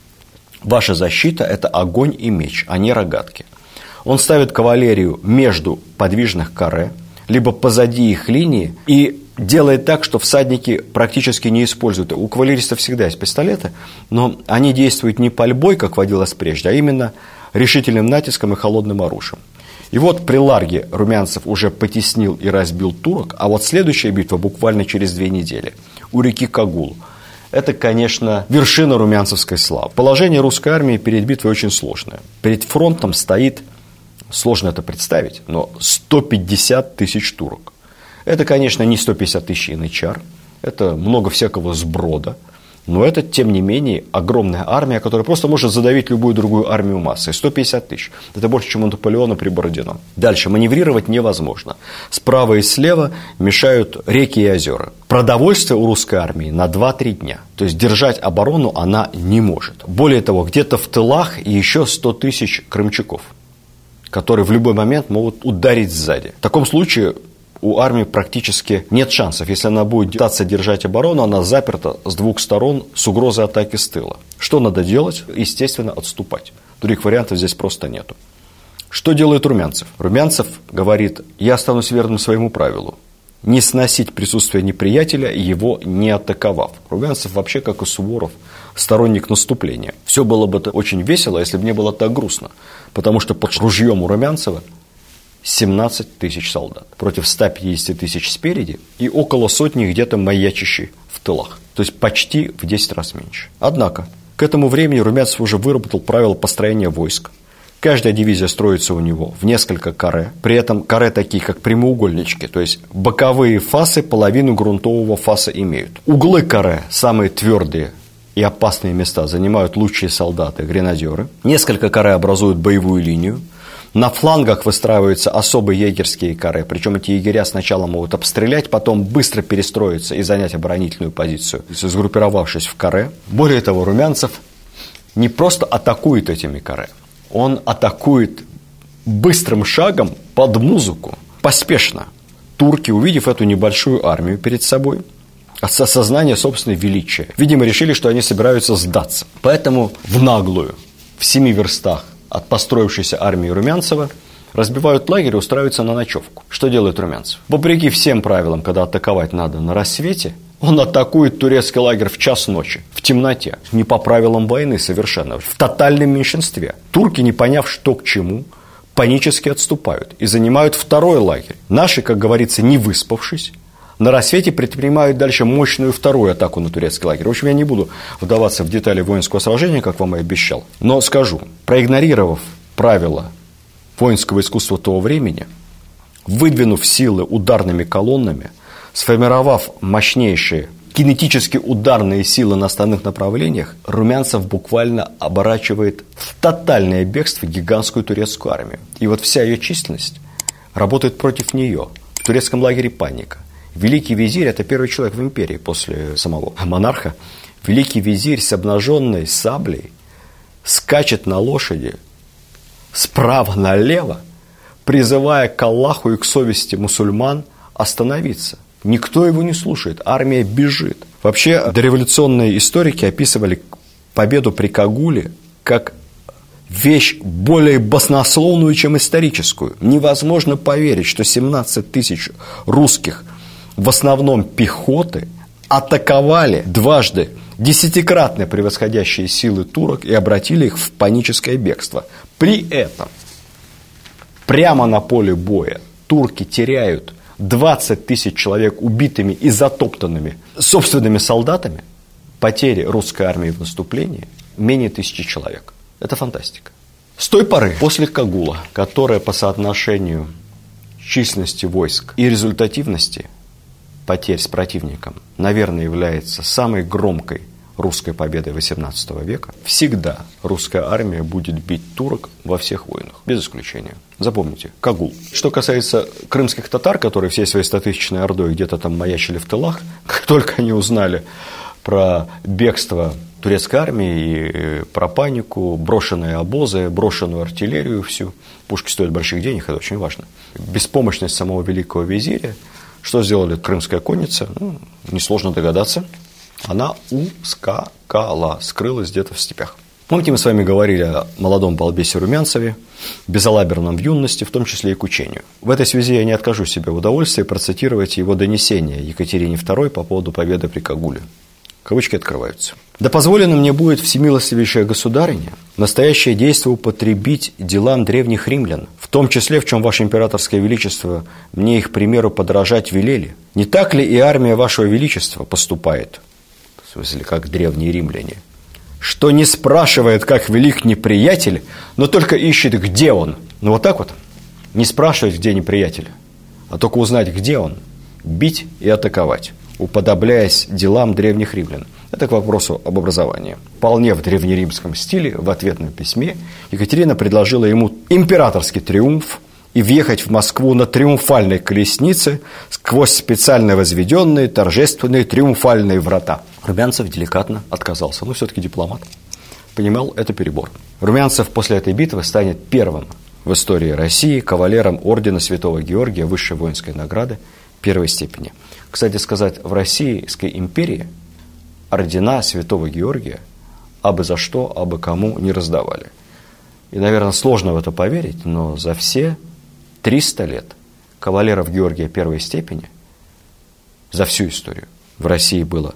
Ваша защита – это огонь и меч, а не рогатки. Он ставит кавалерию между подвижных каре, либо позади их линии, и делает так, что всадники практически не используют. У кавалеристов всегда есть пистолеты, но они действуют не пальбой, как водилось прежде, а именно решительным натиском и холодным оружием. И вот при Ларге Румянцев уже потеснил и разбил турок, а вот следующая битва буквально через 2 недели у реки Кагул. Это, конечно, вершина румянцевской славы. Положение русской армии перед битвой очень сложное. Перед фронтом стоит, сложно это представить, но 150 тысяч турок. Это, конечно, не 150 тысяч янычар, это много всякого сброда, но это, тем не менее, огромная армия, которая просто может задавить любую другую армию массой. 150 тысяч. Это больше, чем у Наполеона при Бородино. Дальше. Маневрировать невозможно. Справа и слева мешают реки и озера. Продовольствие у русской армии на 2-3 дня. То есть держать оборону она не может. Более того, где-то в тылах еще 100 тысяч крымчаков, которые в любой момент могут ударить сзади. В таком случае у армии практически нет шансов. Если она будет пытаться держать оборону, она заперта с 2 сторон с угрозой атаки с тыла. Что надо делать? Естественно, отступать. Других вариантов здесь просто нету. Что делает Румянцев? Румянцев говорит, я останусь верным своему правилу. Не сносить присутствие неприятеля, его не атаковав. Румянцев вообще, как и Суворов, сторонник наступления. Все было бы очень весело, если бы не было так грустно. Потому что под ружьем у Румянцева 17 тысяч солдат против 150 тысяч спереди и около сотни где-то маячащей в тылах. То есть почти в 10 раз меньше. Однако, к этому времени Румянцев уже выработал правила построения войск. Каждая дивизия строится у него в несколько каре. При этом каре такие, как прямоугольнички. То есть боковые фасы половину грунтового фаса имеют. Углы каре, самые твердые и опасные места, занимают лучшие солдаты, гренадеры. Несколько каре образуют боевую линию. На флангах выстраиваются особые егерские каре, причем эти егеря сначала могут обстрелять, потом быстро перестроиться и занять оборонительную позицию, сгруппировавшись в каре. Более того, Румянцев не просто атакует этими каре, он атакует быстрым шагом под музыку, поспешно. Турки, увидев эту небольшую армию перед собой, от осознания собственного величия, видимо, решили, что они собираются сдаться. Поэтому в наглую, в 7 верстах от построившейся армии Румянцева разбивают лагерь и устраиваются на ночевку. Что делает Румянцев? Вопреки всем правилам, когда атаковать надо на рассвете, он атакует турецкий лагерь в час ночи, в темноте, не по правилам войны совершенно, в тотальном меньшинстве. Турки, не поняв, что к чему, панически отступают и занимают второй лагерь. Наши, как говорится, не выспавшись, На рассвете предпринимают дальше мощную вторую атаку на турецкий лагерь. В общем, я не буду вдаваться в детали воинского сражения, как вам и обещал. Но скажу, проигнорировав правила воинского искусства того времени, выдвинув силы ударными колоннами, сформировав мощнейшие кинетически ударные силы на основных направлениях, Румянцев буквально оборачивает в тотальное бегство гигантскую турецкую армию. И вот вся ее численность работает против нее. В турецком лагере паника. Великий визирь – это первый человек в империи после самого монарха. Великий визирь с обнаженной саблей скачет на лошади справа налево, призывая к Аллаху и к совести мусульман остановиться. Никто его не слушает, армия бежит. Вообще, дореволюционные историки описывали победу при Кагуле как вещь более баснословную, чем историческую. Невозможно поверить, что 17 тысяч русских, в основном пехоты, атаковали дважды десятикратно превосходящие силы турок и обратили их в паническое бегство. При этом прямо на поле боя турки теряют 20 тысяч человек убитыми и затоптанными собственными солдатами. Потери русской армии в наступлении менее 1000 человек. Это фантастика. С той поры, после Кагула, которая по соотношению численности войск и результативности потерь с противником, наверное, является самой громкой русской победой XVIII века, всегда русская армия будет бить турок во всех войнах, без исключения. Запомните, Кагул. Что касается крымских татар, которые всей своей 100-тысячной ордой где-то там маячили в тылах, как только они узнали про бегство турецкой армии и про панику, брошенные обозы, брошенную артиллерию всю, пушки стоят больших денег, это очень важно. Беспомощность самого великого визиря, что сделали крымская конница, несложно догадаться. Она ускакала, скрылась где-то в степях. Помните, мы с вами говорили о молодом балбесе Румянцеве, безалаберном в юности, в том числе и к учению. В этой связи я не откажу себе в удовольствии процитировать его донесение Екатерине II по поводу победы при Кагуле. Кавычки открываются. «Да позволено мне будет, всемилостивейшая государыня, настоящее действие употребить делам древних римлян, в том числе, в чем ваше императорское величество мне их примеру подражать велели. Не так ли и армия вашего величества поступает?» В смысле, как древние римляне. «Что не спрашивает, как велик неприятель, но только ищет, где он». Ну вот так вот. Не спрашивать, где неприятель, а только узнать, где он, бить и атаковать, уподобляясь делам древних римлян. Это к вопросу об образовании. Вполне в древнеримском стиле, в ответном письме, Екатерина предложила ему императорский триумф и въехать в Москву на триумфальной колеснице сквозь специально возведенные торжественные триумфальные врата. Румянцев деликатно отказался, но все-таки дипломат. Понимал, это перебор. Румянцев после этой битвы станет первым в истории России кавалером ордена Святого Георгия высшей воинской награды первой степени. Кстати сказать, в Российской империи ордена Святого Георгия абы за что, абы кому не раздавали. И, наверное, сложно в это поверить, но за все 300 лет кавалеров Георгия первой степени за всю историю в России было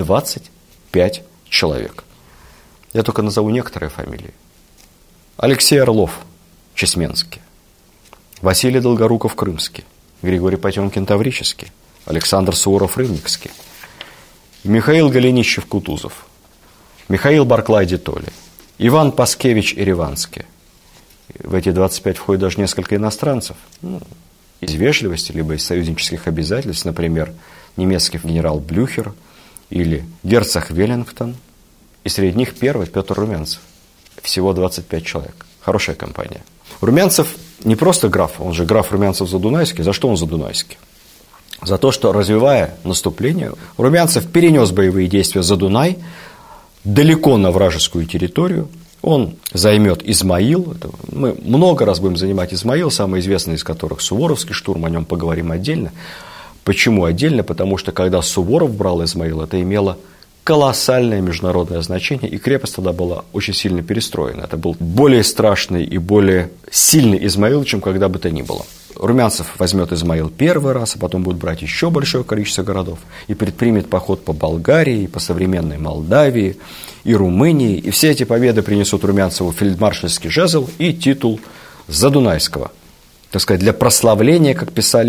25 человек. Я только назову некоторые фамилии. Алексей Орлов, Чесменский, Василий Долгоруков, Крымский, Григорий Потемкин, Таврический, Александр Суворов, Рыбникский, Михаил Голенищев, Кутузов, Михаил Барклай, Детоли, Иван Паскевич, Ереванский. В эти 25 входит даже несколько иностранцев. Из вежливости, либо из союзнических обязательств, например, немецкий генерал Блюхер или герцог Веллингтон. И среди них первый Петр Румянцев. Всего 25 человек. Хорошая компания. Румянцев не просто граф, он же граф Румянцев-Задунайский. За что он Задунайский? За то, что, развивая наступление, Румянцев перенес боевые действия за Дунай далеко на вражескую территорию. Он займет Измаил. Мы много раз будем занимать Измаил, самый известный из которых Суворовский штурм, о нем поговорим отдельно. Почему отдельно? Потому что когда Суворов брал Измаил, это имело колоссальное международное значение, и крепость тогда была очень сильно перестроена. Это был более страшный и более сильный Измаил, чем когда бы то ни было. Румянцев возьмет Измаил первый раз, а потом будет брать еще большое количество городов и предпримет поход по Болгарии, по современной Молдавии и Румынии. И все эти победы принесут Румянцеву фельдмаршальский жезл и титул Задунайского. Так сказать, для прославления, как писали,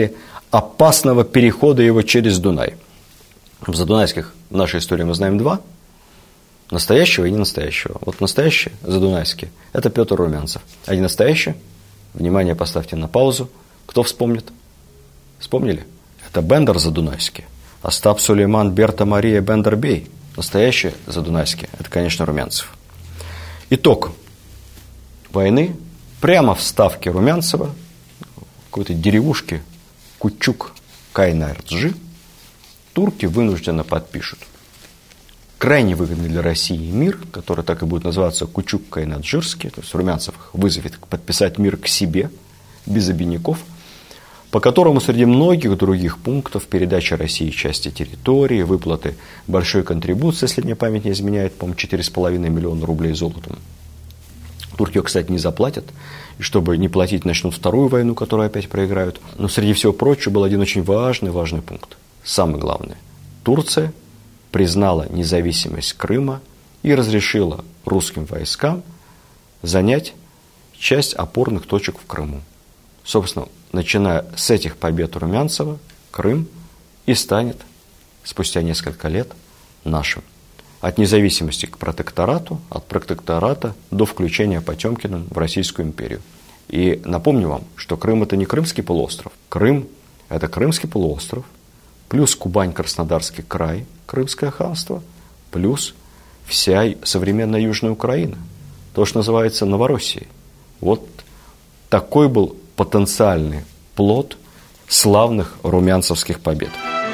опасного перехода его через Дунай. В задунайских в нашей истории мы знаем два. Настоящего и не настоящего. Вот настоящий задунайский – это Петр Румянцев. А не настоящий, внимание, поставьте на паузу. Кто вспомнит? Вспомнили? Это Бендер задунайский. Остап Сулейман Берта Мария Бендер-Бей. Настоящий задунайский – это, конечно, Румянцев. Итог войны. Прямо в ставке Румянцева, в какой-то деревушке Кучук Кайнарджи, турки вынужденно подпишут крайне выгодный для России мир, который так и будет называться Кучук-Кайнаджирский, то есть Румянцев вызовет подписать мир к себе, без обиняков, по которому среди многих других пунктов передача России части территории, выплаты большой контрибуции, если мне память не изменяет, по-моему, 4,5 миллиона рублей золотом. Турки ее, кстати, не заплатят, и чтобы не платить, начнут вторую войну, которую опять проиграют. Но среди всего прочего был один очень важный пункт, самый главный. Турция признала независимость Крыма и разрешила русским войскам занять часть опорных точек в Крыму. Собственно, начиная с этих побед Румянцева, Крым и станет спустя несколько лет нашим. От независимости к протекторату, от протектората до включения Потемкиным в Российскую империю. И напомню вам, что Крым – это не Крымский полуостров. Крым – это Крымский полуостров, плюс Кубань-Краснодарский край, Крымское ханство, плюс вся современная Южная Украина. То, что называется Новороссией. Вот такой был потенциальный плод славных румянцевских побед.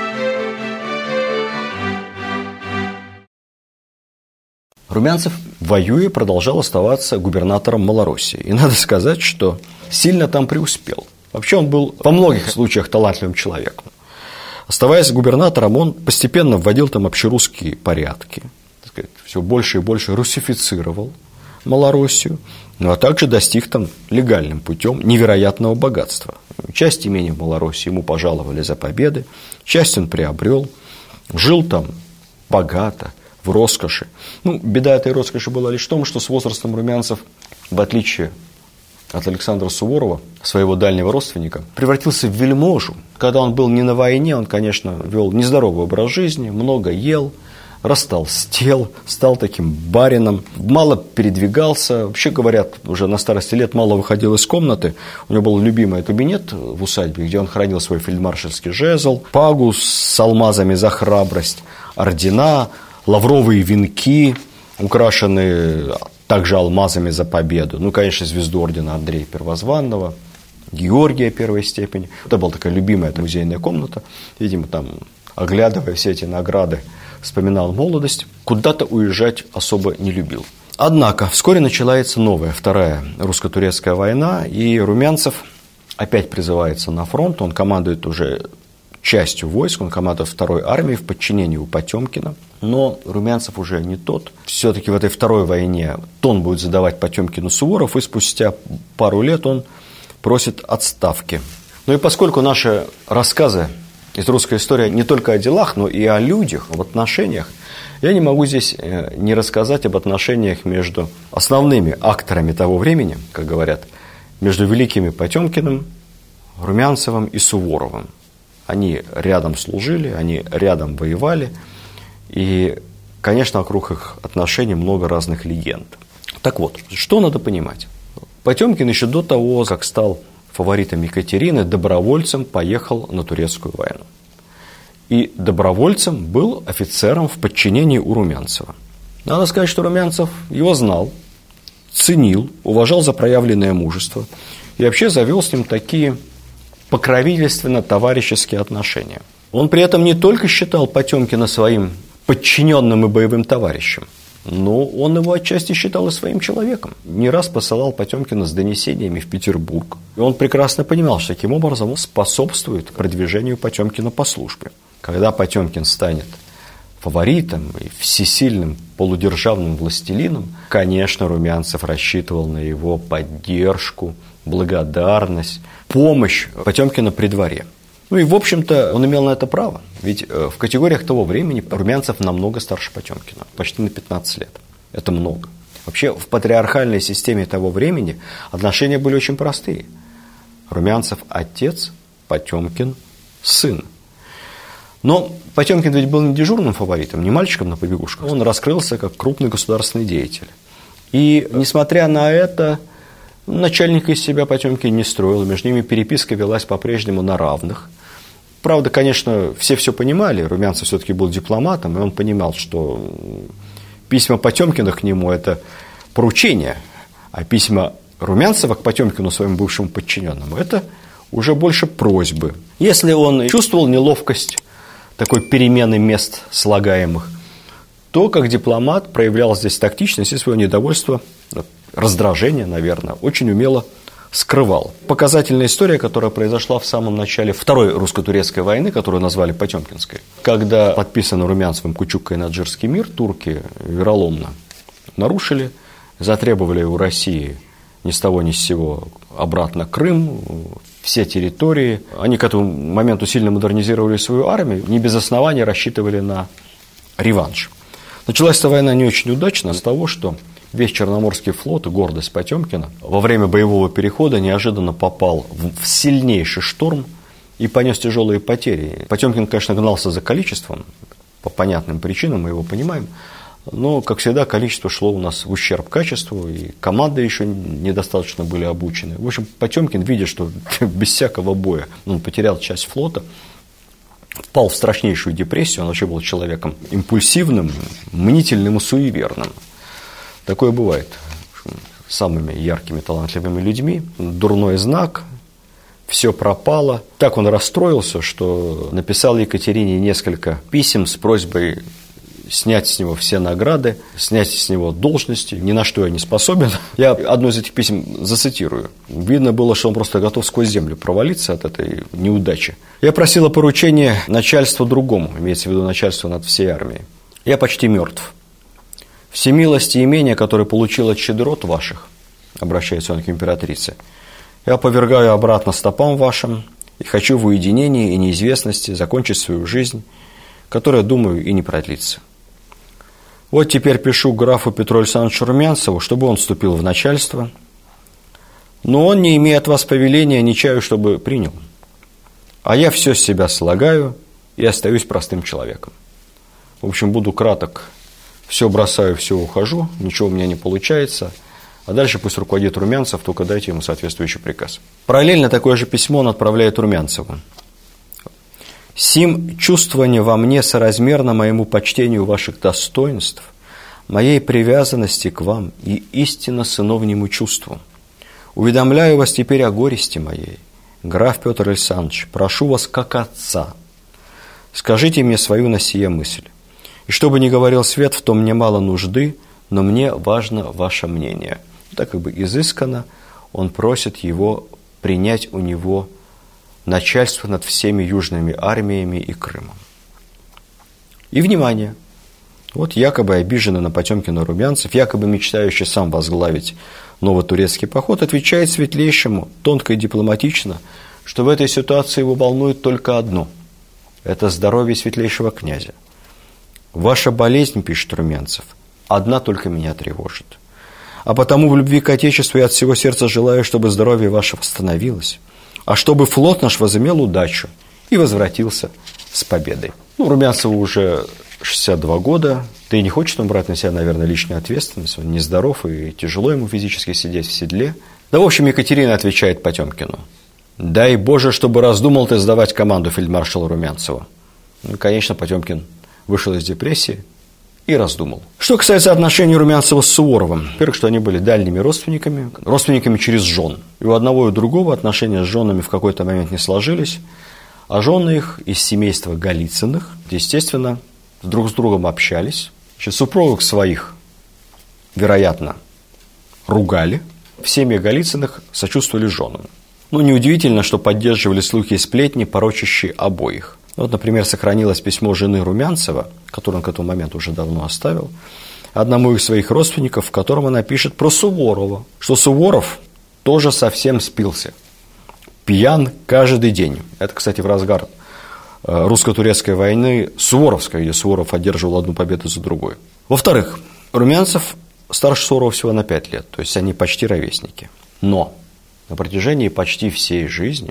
Румянцев, воюя, продолжал оставаться губернатором Малороссии. И надо сказать, что сильно там преуспел. Вообще он был во многих случаях талантливым человеком. Оставаясь губернатором, он постепенно вводил там общерусские порядки, так сказать, все больше и больше русифицировал Малороссию, ну а также достиг там легальным путем невероятного богатства. Часть имений в Малороссии ему пожаловали за победы, часть он приобрел, жил там богато, в роскоши. Ну, беда этой роскоши была лишь в том, что с возрастом Румянцев, в отличие от Александра Суворова, своего дальнего родственника, превратился в вельможу. Когда он был не на войне, он, конечно, вел нездоровый образ жизни, много ел, растолстел, стал таким барином, мало передвигался. Вообще, говорят, уже на старости лет мало выходил из комнаты. У него был любимый кабинет в усадьбе, где он хранил свой фельдмаршальский жезл, пагу с алмазами за храбрость, ордена, лавровые венки, украшенные также алмазами за победу. Ну, конечно, звезду ордена Андрея Первозванного, Георгия первой степени. Это была такая любимая музейная комната. Видимо, там, оглядывая все эти награды, вспоминал молодость. Куда-то уезжать особо не любил. Однако, вскоре начинается новая, вторая русско-турецкая война, и Румянцев опять призывается на фронт. Он командует уже частью войск, он командует второй армией в подчинении у Потемкина. Но Румянцев уже не тот. Все-таки в этой второй войне тон будет задавать Потемкину Суворов, и спустя пару лет он просит отставки. Ну и поскольку наши рассказы из русской истории не только о делах, но и о людях, об отношениях, я не могу здесь не рассказать об отношениях между основными акторами того времени, как говорят, между великими Потемкиным, Румянцевым и Суворовым. Они рядом служили, они рядом воевали, и, конечно, вокруг их отношений много разных легенд. Так вот, что надо понимать? Потемкин еще до того, как стал фаворитом Екатерины, добровольцем поехал на турецкую войну. И добровольцем был офицером в подчинении у Румянцева. Надо сказать, что Румянцев его знал, ценил, уважал за проявленное мужество и вообще завел с ним такие покровительственно-товарищеские отношения. Он при этом не только считал Потемкина своим подчиненным и боевым товарищем, но он его отчасти считал и своим человеком. Не раз посылал Потемкина с донесениями в Петербург. И он прекрасно понимал, что таким образом он способствует продвижению Потемкина по службе. Когда Потемкин станет фаворитом и всесильным полудержавным властелином, конечно, Румянцев рассчитывал на его поддержку, благодарность, помощь Потемкина при дворе. Ну и, в общем-то, он имел на это право. Ведь в категориях того времени Румянцев намного старше Потемкина, почти на 15 лет. Это много. Вообще, в патриархальной системе того времени отношения были очень простые. Румянцев – отец, Потемкин сын. Но Потемкин ведь был не дежурным фаворитом, не мальчиком на побегушках. Он раскрылся как крупный государственный деятель. И, несмотря на это, начальника из себя Потемкин не строил. Между ними переписка велась по-прежнему на равных. Правда, конечно, все понимали. Румянцев все-таки был дипломатом, и он понимал, что письма Потемкина к нему – это поручение, а письма Румянцева к Потемкину, своему бывшему подчиненному, это уже больше просьбы. Если он чувствовал неловкость такой перемены мест слагаемых, то как дипломат проявлял здесь тактичность и свое недовольство, раздражение, наверное, очень умело скрывал. Показательная история, которая произошла в самом начале Второй русско-турецкой войны, которую назвали Потемкинской, когда подписанный Румянцевым Кучук-Кайнаджирский мир турки вероломно нарушили, затребовали у России ни с того ни с сего обратно Крым, все территории. Они к этому моменту сильно модернизировали свою армию, не без основания рассчитывали на реванш. Началась эта война не очень удачно с того, что весь Черноморский флот и гордость Потемкина во время боевого перехода неожиданно попал в сильнейший шторм и понес тяжелые потери. Потемкин, конечно, гнался за количеством, по понятным причинам, мы его понимаем, но, как всегда, количество шло у нас в ущерб качеству, и команды еще недостаточно были обучены. В общем, Потемкин, видя, что без всякого боя он потерял часть флота, впал в страшнейшую депрессию. Он вообще был человеком импульсивным, мнительным и суеверным. Такое бывает с самыми яркими, талантливыми людьми. Дурной знак, все пропало. Так он расстроился, что написал Екатерине несколько писем с просьбой снять с него все награды, снять с него должности, ни на что я не способен. Я одно из этих писем зацитирую. Видно было, что он просто готов сквозь землю провалиться от этой неудачи. Я просил о поручении начальству другому, имеется в виду начальство над всей армией. Я почти мертв. Все милости и имения, которые получил от щедрот ваших, обращается он к императрице, я повергаю обратно стопам вашим и хочу в уединении и неизвестности закончить свою жизнь, которая, думаю, и не продлится. Вот теперь пишу графу Петру Александровичу Румянцеву, чтобы он вступил в начальство, но он, не имея от вас повеления, не чаю, чтобы принял. А я все с себя слагаю и остаюсь простым человеком. В общем, буду краток. Все бросаю, все ухожу, ничего у меня не получается, а дальше пусть руководит Румянцев, только дайте ему соответствующий приказ. Параллельно такое же письмо он отправляет Румянцеву. «Сим чувствование во мне соразмерно моему почтению ваших достоинств, моей привязанности к вам и истинно сыновнему чувству. Уведомляю вас теперь о горести моей. Граф Петр Александрович, прошу вас как отца. Скажите мне свою на сие мысль. И что бы ни говорил свет, в том мне мало нужды, но мне важно ваше мнение». Так как бы изысканно он просит его принять у него начальство над всеми южными армиями и Крымом. И, внимание, вот якобы обиженный на Потемкина Румянцев, якобы мечтающий сам возглавить новотурецкий поход, отвечает светлейшему, тонко и дипломатично, что в этой ситуации его волнует только одно – это здоровье светлейшего князя. «Ваша болезнь, – пишет Румянцев, – одна только меня тревожит. А потому в любви к Отечеству я от всего сердца желаю, чтобы здоровье ваше восстановилось, а чтобы флот наш возымел удачу и возвратился с победой». Румянцеву уже 62 года, да и не хочет он брать на себя, наверное, лишнюю ответственность, он нездоров и тяжело ему физически сидеть в седле. Да, в общем, Екатерина отвечает Потемкину: «Дай Боже, чтобы раздумал ты сдавать команду фельдмаршалу Румянцеву». Конечно, Потемкин вышел из депрессии и раздумал. Что касается отношений Румянцева с Суворовым, во-первых, что они были дальними родственниками через жен. И у одного и у другого отношения с женами в какой-то момент не сложились, а жены их из семейства Голицыных, естественно, друг с другом общались. Супругов своих, вероятно, ругали. В семье Голицыных сочувствовали женам. Неудивительно, что поддерживали слухи и сплетни, порочащие обоих. Вот, например, сохранилось письмо жены Румянцева, которое он к этому моменту уже давно оставил, одному из своих родственников, в котором она пишет про Суворова, что Суворов тоже совсем спился, пьян каждый день. Это, кстати, в разгар русско-турецкой войны Суворовской, где Суворов одерживал одну победу за другой. Во-вторых, Румянцев старше Суворова всего на 5 лет, то есть они почти ровесники. Но на протяжении почти всей жизни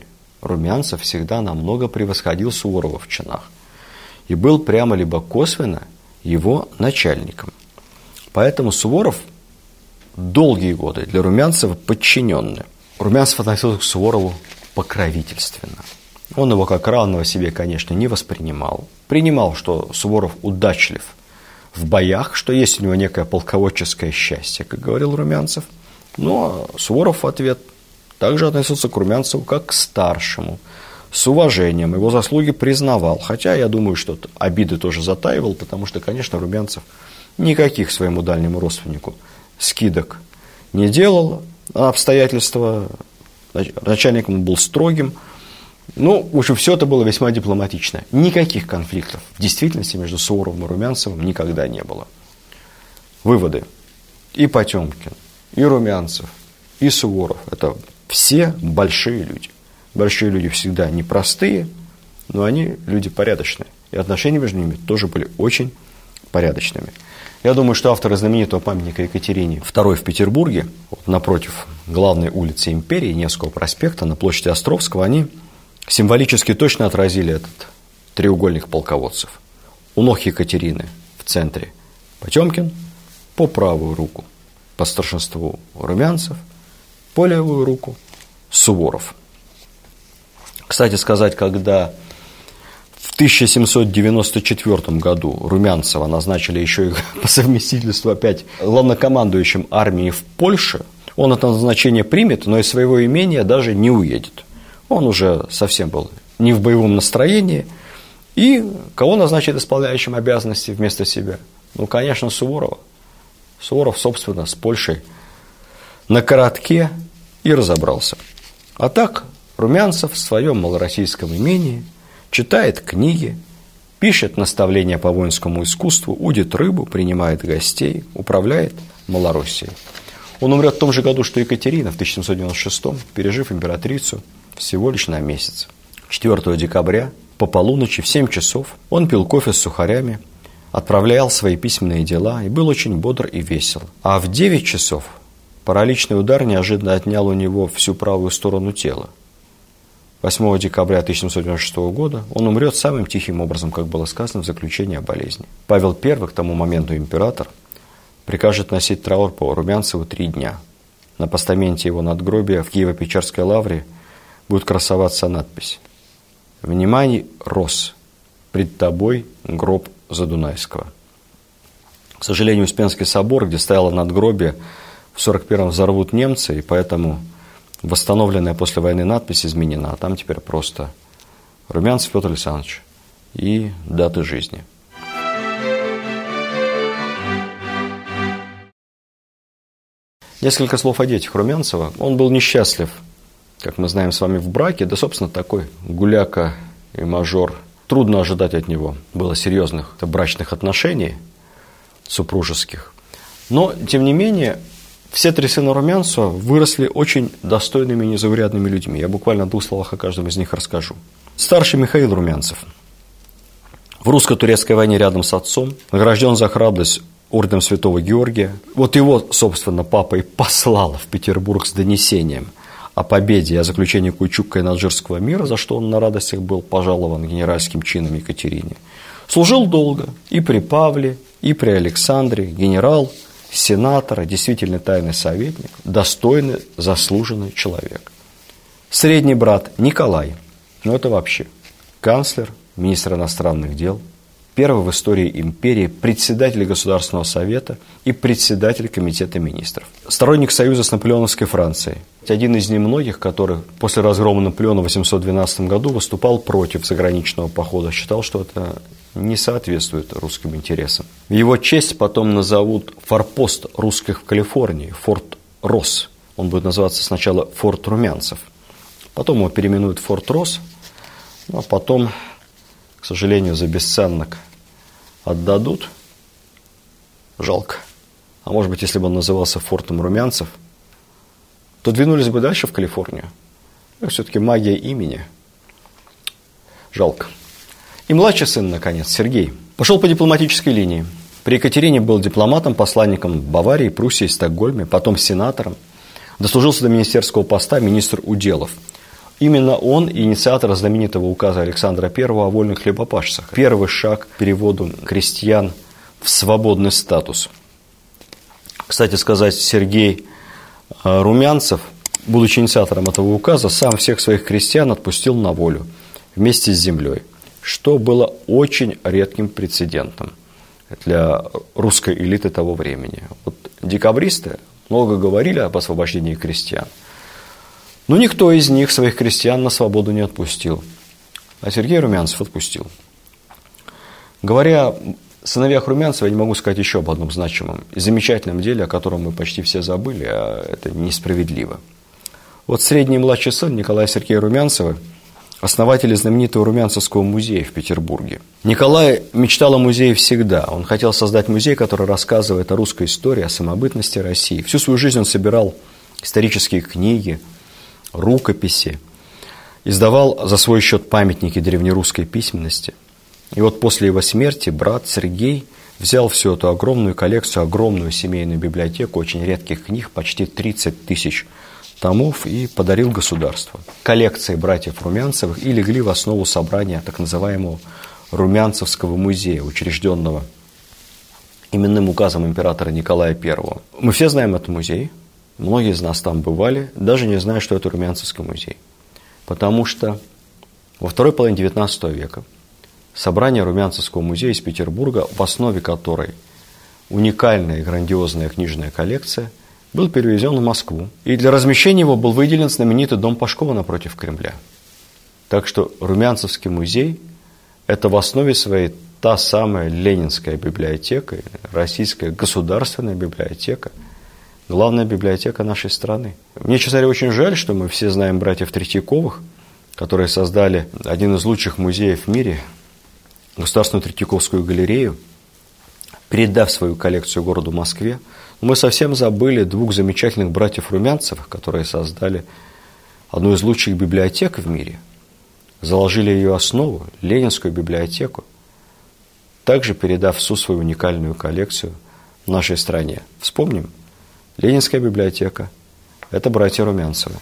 Румянцев всегда намного превосходил Суворова в чинах и был прямо либо косвенно его начальником. Поэтому Суворов долгие годы для Румянцева подчиненный. Румянцев относился к Суворову покровительственно. Он его как равного себе, конечно, не воспринимал. Принимал, что Суворов удачлив в боях, что есть у него некое полководческое счастье, как говорил Румянцев. Но Суворов в ответ также относился к Румянцеву как к старшему, с уважением, его заслуги признавал. Хотя, я думаю, что обиды тоже затаивал, потому что, конечно, Румянцев никаких своему дальнему родственнику скидок не делал, а обстоятельства, начальником был строгим. Ну, в общем, все это было весьма дипломатично. Никаких конфликтов в действительности между Суворовым и Румянцевым никогда не было. Выводы. И Потемкин, и Румянцев, и Суворов – это все большие люди. Большие люди всегда непростые, но они люди порядочные. И отношения между ними тоже были очень порядочными. Я думаю, что авторы знаменитого памятника Екатерине II в Петербурге, вот напротив главной улицы империи, Невского проспекта, на площади Островского, они символически точно отразили этот треугольник полководцев. У ног Екатерины в центре Потемкин, по правую руку по старшинству Румянцев, по левую руку Суворов. Кстати сказать, когда в 1794 году Румянцева назначили еще и по совместительству опять главнокомандующим армией в Польше, он это назначение примет, но из своего имения даже не уедет. Он уже совсем был не в боевом настроении. И кого назначит исполняющим обязанности вместо себя? Ну, конечно, Суворова. Суворов, собственно, с Польшей на коротке и разобрался. А так Румянцев в своем малороссийском имении читает книги, пишет наставления по воинскому искусству, удит рыбу, принимает гостей, управляет Малороссией. Он умрет в том же году, что Екатерина, в 1796, пережив императрицу всего лишь на месяц. 4 декабря по полуночи в 7 часов он пил кофе с сухарями, отправлял свои письменные дела и был очень бодр и весел. А в 9 часов параличный удар неожиданно отнял у него всю правую сторону тела. 8 декабря 1796 года он умрет самым тихим образом, как было сказано в заключении о болезни. Павел I, к тому моменту император, прикажет носить траур по Румянцеву 3 дня. На постаменте его надгробия в Киево-Печерской лавре будет красоваться надпись: «Внимание, Рос, пред тобой гроб Задунайского». К сожалению, Успенский собор, где стояло надгробие, в 1941-м взорвут немцы, и поэтому восстановленная после войны надпись изменена, а там теперь просто Румянцев Петр Александрович и даты жизни. Несколько слов о детях Румянцева. Он был несчастлив, как мы знаем с вами, в браке, да, собственно, такой гуляка и мажор. Трудно ожидать от него было серьезных брачных отношений супружеских. Но, тем не менее, все 3 сына Румянцева выросли очень достойными и незаурядными людьми. Я буквально в 2 словах о каждом из них расскажу. Старший Михаил Румянцев. В русско-турецкой войне рядом с отцом, награжден за храбрость орденом Святого Георгия. Вот его, собственно, папа и послал в Петербург с донесением о победе и о заключении Куйчуккой Алжирского мира, за что он на радостях был пожалован генеральским чином Екатерине. Служил долго и при Павле, и при Александре, генерал, сенатор, действительно тайный советник, достойный, заслуженный человек. Средний брат Николай, ну это вообще канцлер, министр иностранных дел, первый в истории империи председатель Государственного совета и председатель комитета министров. Сторонник союза с наполеоновской Францией. Один из немногих, который после разгрома Наполеона в 812 году выступал против заграничного похода, считал, что это не соответствует русским интересам. В его честь потом назовут форпост русских в Калифорнии, форт Росс. Он будет называться сначала форт Румянцев. Потом его переименуют в форт Росс, а потом, к сожалению, за бесценок отдадут. Жалко. А может быть, если бы он назывался фортом Румянцев, то двинулись бы дальше в Калифорнию. Но все-таки магия имени. Жалко. И младший сын, наконец, Сергей, пошел по дипломатической линии. При Екатерине был дипломатом, посланником Баварии, Пруссии, Стокгольме, потом сенатором. Дослужился до министерского поста министр уделов. Именно он инициатор знаменитого указа Александра I о вольных хлебопашцах. Первый шаг к переводу крестьян в свободный статус. Кстати сказать, Сергей Румянцев, будучи инициатором этого указа, сам всех своих крестьян отпустил на волю вместе с землей, что было очень редким прецедентом для русской элиты того времени. Вот декабристы много говорили об освобождении крестьян, но никто из них своих крестьян на свободу не отпустил, а Сергей Румянцев отпустил. Говоря о сыновьях Румянцева, я не могу сказать еще об одном значимом и замечательном деле, о котором мы почти все забыли, а это несправедливо. Вот средний и младший сын Николая Сергея Румянцева – основатели знаменитого Румянцевского музея в Петербурге. Николай мечтал о музее всегда. Он хотел создать музей, который рассказывает о русской истории, о самобытности России. Всю свою жизнь он собирал исторические книги, рукописи, издавал за свой счет памятники древнерусской письменности. И вот после его смерти брат Сергей взял всю эту огромную коллекцию, огромную семейную библиотеку очень редких книг, почти 30 тысяч томов, и подарил государству. Коллекции братьев Румянцевых и легли в основу собрания так называемого Румянцевского музея, учрежденного именным указом императора Николая I. Мы все знаем этот музей, многие из нас там бывали, даже не зная, что это Румянцевский музей. Потому что во второй половине XIX века собрание Румянцевского музея из Петербурга, в основе которой уникальная и грандиозная книжная коллекция, был перевезен в Москву, и для размещения его был выделен знаменитый дом Пашкова напротив Кремля. Так что Румянцевский музей – это в основе своей та самая ленинская библиотека, российская государственная библиотека, главная библиотека нашей страны. Мне, честно говоря, очень жаль, что мы все знаем братьев Третьяковых, которые создали один из лучших музеев в мире, Государственную Третьяковскую галерею, передав свою коллекцию городу Москве. Мы совсем забыли двух замечательных братьев Румянцевых, которые создали одну из лучших библиотек в мире, заложили ее основу, Ленинскую библиотеку, также передав всю свою уникальную коллекцию нашей стране. Вспомним, Ленинская библиотека – это братья Румянцевы.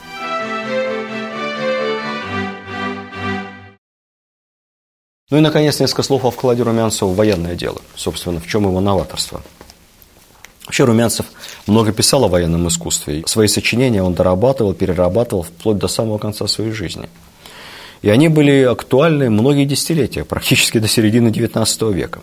Ну и, наконец, несколько слов о вкладе Румянцева в военное дело. Собственно, в чем его новаторство. Вообще Румянцев много писал о военном искусстве. Свои сочинения он дорабатывал, перерабатывал вплоть до самого конца своей жизни. И они были актуальны многие десятилетия, практически до середины XIX века.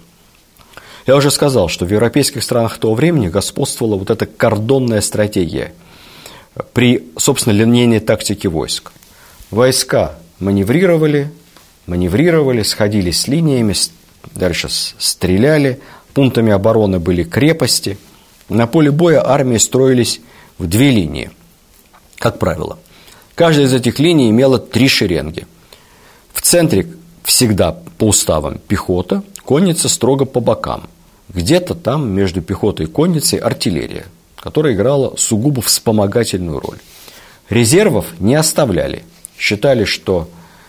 Я уже сказал, что в европейских странах того времени господствовала вот эта кордонная стратегия при, собственно, линейной тактике войск. Войска маневрировали, сходились с линиями, дальше стреляли, пунктами обороны были крепости. На поле боя армии строились в две линии, как правило. Каждая из этих линий имела 3 шеренги. В центре всегда по уставам пехота, конница строго по бокам. Где-то там между пехотой и конницей артиллерия, которая играла сугубо вспомогательную роль. Резервов не оставляли. Считали, что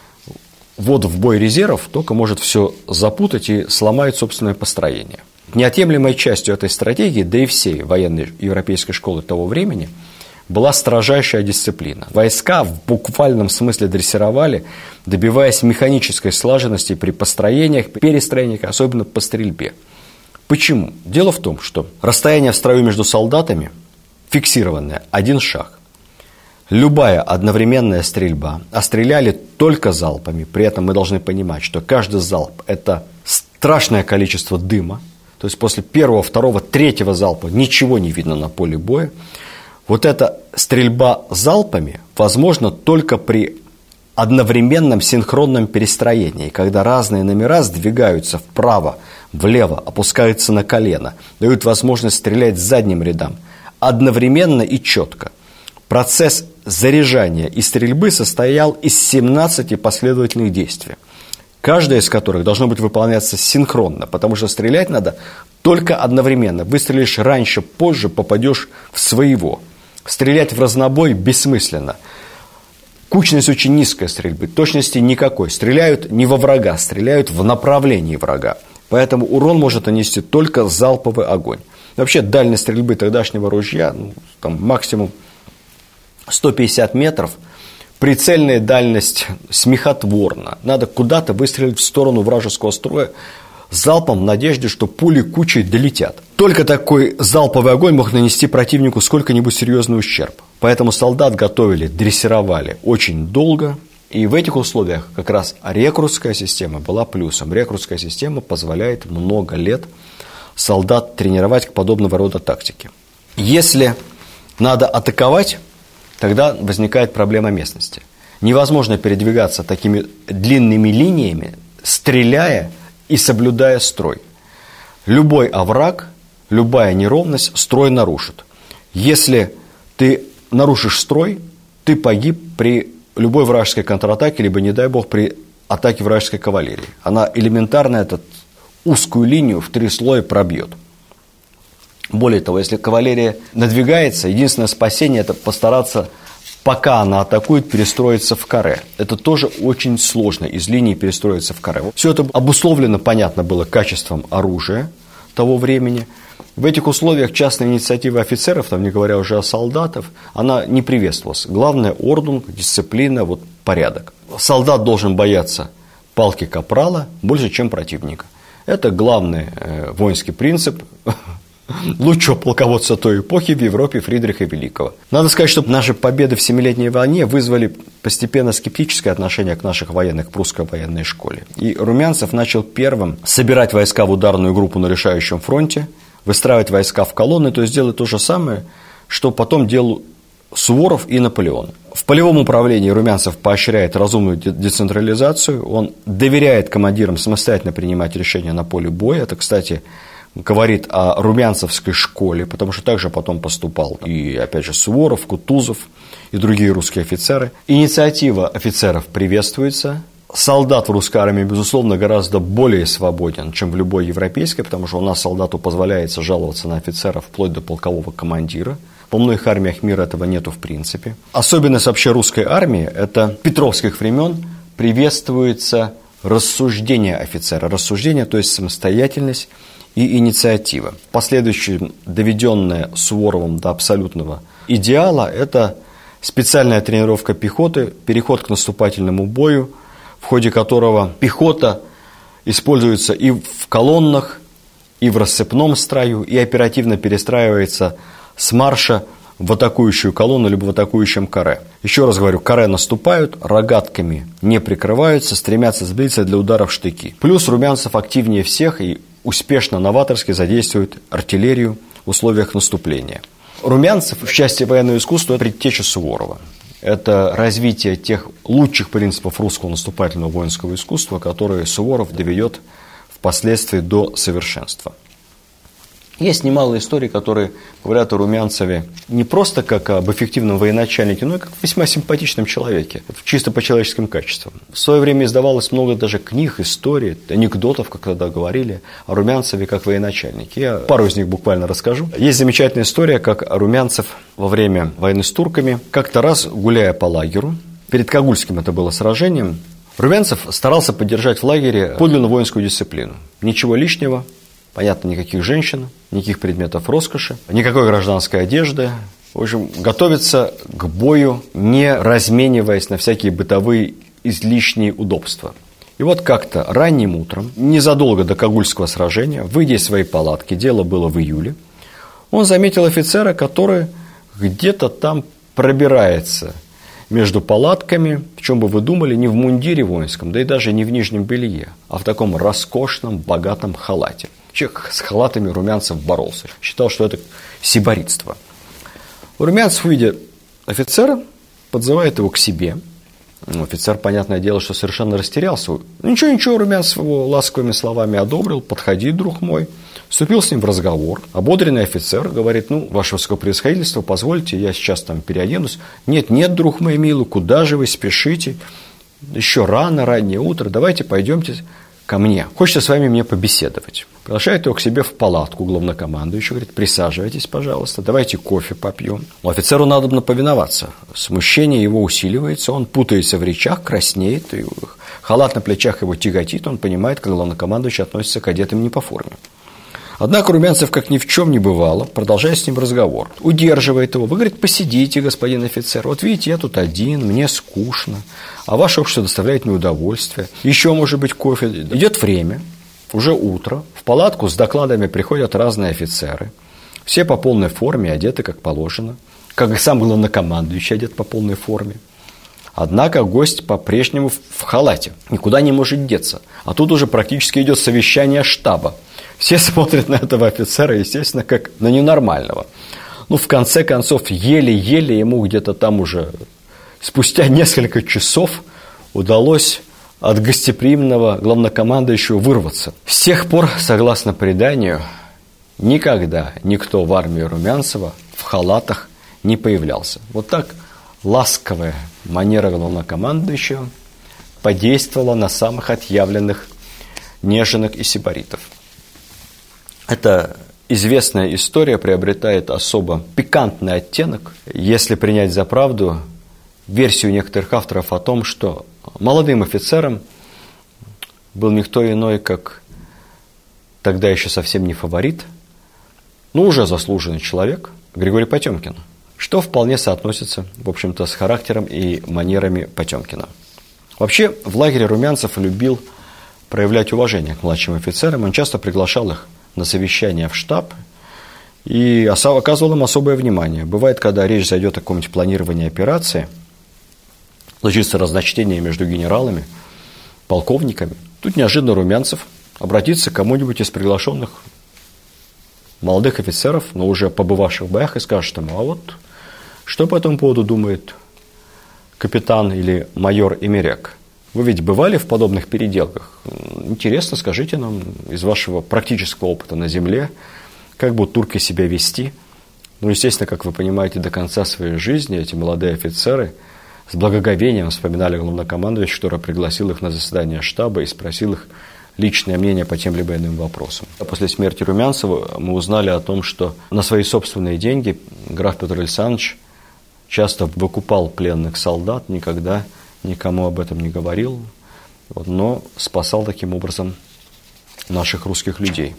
ввод в бой резервов только может все запутать и сломает собственное построение. Неотъемлемой частью этой стратегии, да и всей военной европейской школы того времени, была строжайшая дисциплина. Войска в буквальном смысле дрессировали, добиваясь механической слаженности при построениях, перестроениях, особенно по стрельбе. Почему? Дело в том, что расстояние в строю между солдатами фиксированное – 1 шаг. Любая одновременная стрельба, а стреляли только залпами, при этом мы должны понимать, что каждый залп – это страшное количество дыма, то есть после 1-го, 2-го, 3-го залпа ничего не видно на поле боя. Вот эта стрельба залпами возможна только при одновременном синхронном перестроении, когда разные номера сдвигаются вправо, влево, опускаются на колено, дают возможность стрелять задним рядам, одновременно и четко. Процесс заряжания и стрельбы состоял из 17 последовательных действий, каждое из которых должно быть выполняться синхронно, потому что стрелять надо только одновременно. Выстрелишь раньше, позже попадешь в своего. Стрелять в разнобой бессмысленно. Кучность очень низкая стрельбы, точности никакой. Стреляют не во врага, стреляют в направлении врага. Поэтому урон может нанести только залповый огонь. Вообще дальность стрельбы тогдашнего ружья, там максимум 150 метров прицельная дальность смехотворна. Надо куда-то выстрелить в сторону вражеского строя залпом в надежде, что пули кучей долетят. Только такой залповый огонь мог нанести противнику сколько-нибудь серьезный ущерб. Поэтому солдат готовили, дрессировали очень долго. И в этих условиях как раз рекрутская система была плюсом. Рекрутская система позволяет много лет солдат тренировать к подобного рода тактике. Если надо атаковать, тогда возникает проблема местности. Невозможно передвигаться такими длинными линиями, стреляя и соблюдая строй. Любой овраг, любая неровность строй нарушит. Если ты нарушишь строй, ты погиб при любой вражеской контратаке, либо, не дай бог, при атаке вражеской кавалерии. Она элементарно эту узкую линию в 3 слоя пробьет. Более того, если кавалерия надвигается, единственное спасение – это постараться, пока она атакует, перестроиться в каре. Это тоже очень сложно, из линии перестроиться в каре. Все это обусловлено, понятно было, качеством оружия того времени. В этих условиях частная инициатива офицеров, там, не говоря уже о солдатах, она не приветствовалась. Главное – ордунг, дисциплина, порядок. Солдат должен бояться палки капрала больше, чем противника. Это главный воинский принцип лучшего полководца той эпохи в Европе Фридриха Великого. Надо сказать, что наши победы в Семилетней войне вызвали постепенно скептическое отношение к наших военных, к прусской военной школе. И Румянцев начал первым собирать войска в ударную группу на решающем фронте, выстраивать войска в колонны, то есть делать то же самое, что потом делал Суворов и Наполеон. В полевом управлении Румянцев поощряет разумную децентрализацию, он доверяет командирам самостоятельно принимать решения на поле боя. Это, кстати, говорит о румянцевской школе, потому что также потом поступал и, опять же, Суворов, Кутузов и другие русские офицеры. Инициатива офицеров приветствуется. Солдат в русской армии, безусловно, гораздо более свободен, чем в любой европейской, потому что у нас солдату позволяется жаловаться на офицеров вплоть до полкового командира. Во многих армиях мира этого нету в принципе. Особенность вообще русской армии – это петровских времен приветствуется рассуждение офицера. Рассуждение, то есть самостоятельность и инициатива. В последующем доведенное Суворовым до абсолютного идеала – это специальная тренировка пехоты, переход к наступательному бою, в ходе которого пехота используется и в колоннах, и в рассыпном строю, и оперативно перестраивается с марша в атакующую колонну, либо в атакующем каре. Еще раз говорю, каре наступают, рогатками не прикрываются, стремятся сблизиться для удара в штыки. Плюс Румянцев активнее всех и успешно новаторски задействует артиллерию в условиях наступления. Румянцев в части военного искусства – это предтеча Суворова. Это развитие тех лучших принципов русского наступательного воинского искусства, которые Суворов доведет впоследствии до совершенства. Есть немало историй, которые говорят о Румянцеве не просто как об эффективном военачальнике, но и как о весьма симпатичном человеке, чисто по человеческим качествам. В свое время издавалось много даже книг, историй, анекдотов, как тогда говорили, о Румянцеве как военачальнике. Я пару из них буквально расскажу. Есть замечательная история, как Румянцев во время войны с турками, как-то раз, гуляя по лагерю, перед Когульским это было сражением, Румянцев старался поддержать в лагере подлинную воинскую дисциплину. Ничего лишнего. Понятно, никаких женщин, никаких предметов роскоши, никакой гражданской одежды. В общем, готовиться к бою, не размениваясь на всякие бытовые излишние удобства. И вот как-то ранним утром, незадолго до Когульского сражения, выйдя из своей палатки, дело было в июле, он заметил офицера, который где-то там пробирается между палатками, в чем бы вы думали, не в мундире воинском, да и даже не в нижнем белье, а в таком роскошном, богатом халате. Человек с халатами Румянцев боролся. Считал, что это сибаритство. Румянцев, увидя офицера, подзывает его к себе. Офицер, понятное дело, что совершенно растерялся. Ничего, Румянцев его ласковыми словами одобрил. «Подходи, друг мой». Вступил с ним в разговор. Ободренный офицер говорит: ваше высокопревосходительство, позвольте, я сейчас там переоденусь. Нет, друг мой милый, куда же вы спешите? Еще рано, раннее утро, давайте пойдемте ко мне. Хочется с вами мне побеседовать. Приглашает его к себе в палатку главнокомандующий, говорит: присаживайтесь, пожалуйста, давайте кофе попьем. Офицеру надобно повиноваться. Смущение его усиливается, он путается в речах, краснеет, и халат на плечах его тяготит, он понимает, как главнокомандующий относится к одетым не по форме. Однако Румянцев, как ни в чем не бывало, продолжая с ним разговор, удерживает его. Вы, говорит, посидите, господин офицер. Вот видите, я тут один, мне скучно, а ваше общество доставляет мне удовольствие. Еще, может быть, кофе. Идет время, уже утро, в палатку с докладами приходят разные офицеры. Все по полной форме, одеты как положено, как и сам главнокомандующий одет по полной форме. Однако гость по-прежнему в халате, никуда не может деться. А тут уже практически идет совещание штаба. Все смотрят на этого офицера, естественно, как на ненормального. В конце концов, еле-еле ему где-то там уже спустя несколько часов удалось от гостеприимного главнокомандующего вырваться. С тех пор, согласно преданию, никогда никто в армии Румянцева в халатах не появлялся. Вот так ласковая манера главнокомандующего подействовала на самых отъявленных неженок и сибаритов. Эта известная история приобретает особо пикантный оттенок, если принять за правду версию некоторых авторов о том, что молодым офицером был никто иной, как тогда еще совсем не фаворит, но уже заслуженный человек Григорий Потемкин, что вполне соотносится, в общем-то, с характером и манерами Потемкина. Вообще, в лагере Румянцев любил проявлять уважение к младшим офицерам, он часто приглашал их на совещание в штаб и оказывал им особое внимание. Бывает, когда речь зайдет о каком-нибудь планировании операции, случится разночтение между генералами, полковниками, тут неожиданно Румянцев обратится к кому-нибудь из приглашенных молодых офицеров, но уже побывавших в боях, и скажет ему: а вот что по этому поводу думает капитан или майор Эмерек? Вы ведь бывали в подобных переделках? Интересно, скажите нам из вашего практического опыта на земле, как будут турки себя вести. Естественно, как вы понимаете, до конца своей жизни эти молодые офицеры с благоговением вспоминали главнокомандующего, который пригласил их на заседание штаба и спросил их личное мнение по тем либо иным вопросам. После смерти Румянцева мы узнали о том, что на свои собственные деньги граф Петр Александрович часто выкупал пленных солдат, никогда никому об этом не говорил, но спасал таким образом наших русских людей.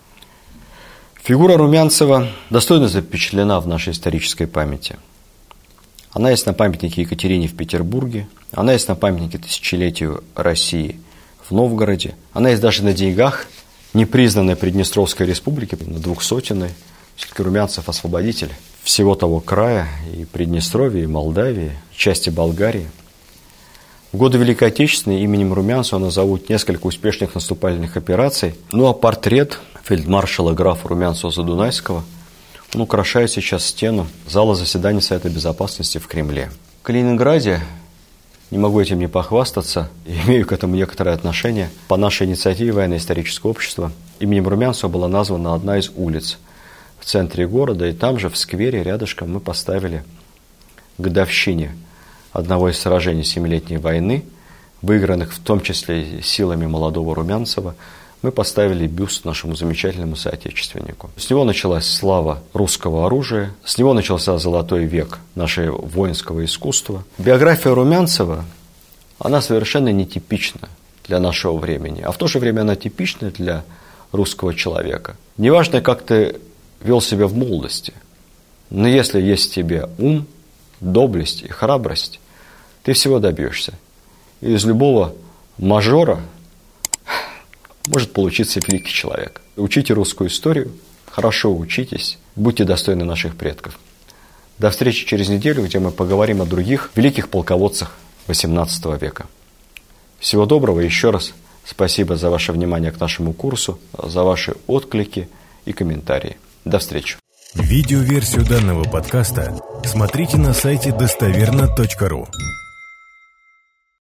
Фигура Румянцева достойно запечатлена в нашей исторической памяти. Она есть на памятнике Екатерине в Петербурге, она есть на памятнике тысячелетию России в Новгороде, она есть даже на деньгах непризнанной Приднестровской республики, на 200-й. Все-таки Румянцев освободитель всего того края, и Приднестровья, и Молдавии, и части Болгарии. В годы Великой Отечественной именем Румянцева назовут несколько успешных наступательных операций. А портрет фельдмаршала графа Румянцева-Задунайского украшает сейчас стену зала заседаний Совета Безопасности в Кремле. В Калининграде, не могу этим не похвастаться, имею к этому некоторое отношение, по нашей инициативе Военно-исторического общества именем Румянцева была названа одна из улиц в центре города, и там же в сквере рядышком мы поставили к годовщине одного из сражений Семилетней войны, выигранных в том числе силами молодого Румянцева, мы поставили бюст нашему замечательному соотечественнику. С него началась слава русского оружия, с него начался золотой век нашего воинского искусства. Биография Румянцева, она совершенно нетипична для нашего времени, а в то же время она типична для русского человека. Неважно, как ты вел себя в молодости, но если есть в тебе ум, доблесть и храбрость, ты всего добьешься. И из любого мажора может получиться великий человек. Учите русскую историю, хорошо учитесь, будьте достойны наших предков. До встречи через неделю, где мы поговорим о других великих полководцах XVIII века. Всего доброго, еще раз спасибо за ваше внимание к нашему курсу, за ваши отклики и комментарии. До встречи. Видеоверсию данного подкаста смотрите на сайте достоверно.ру.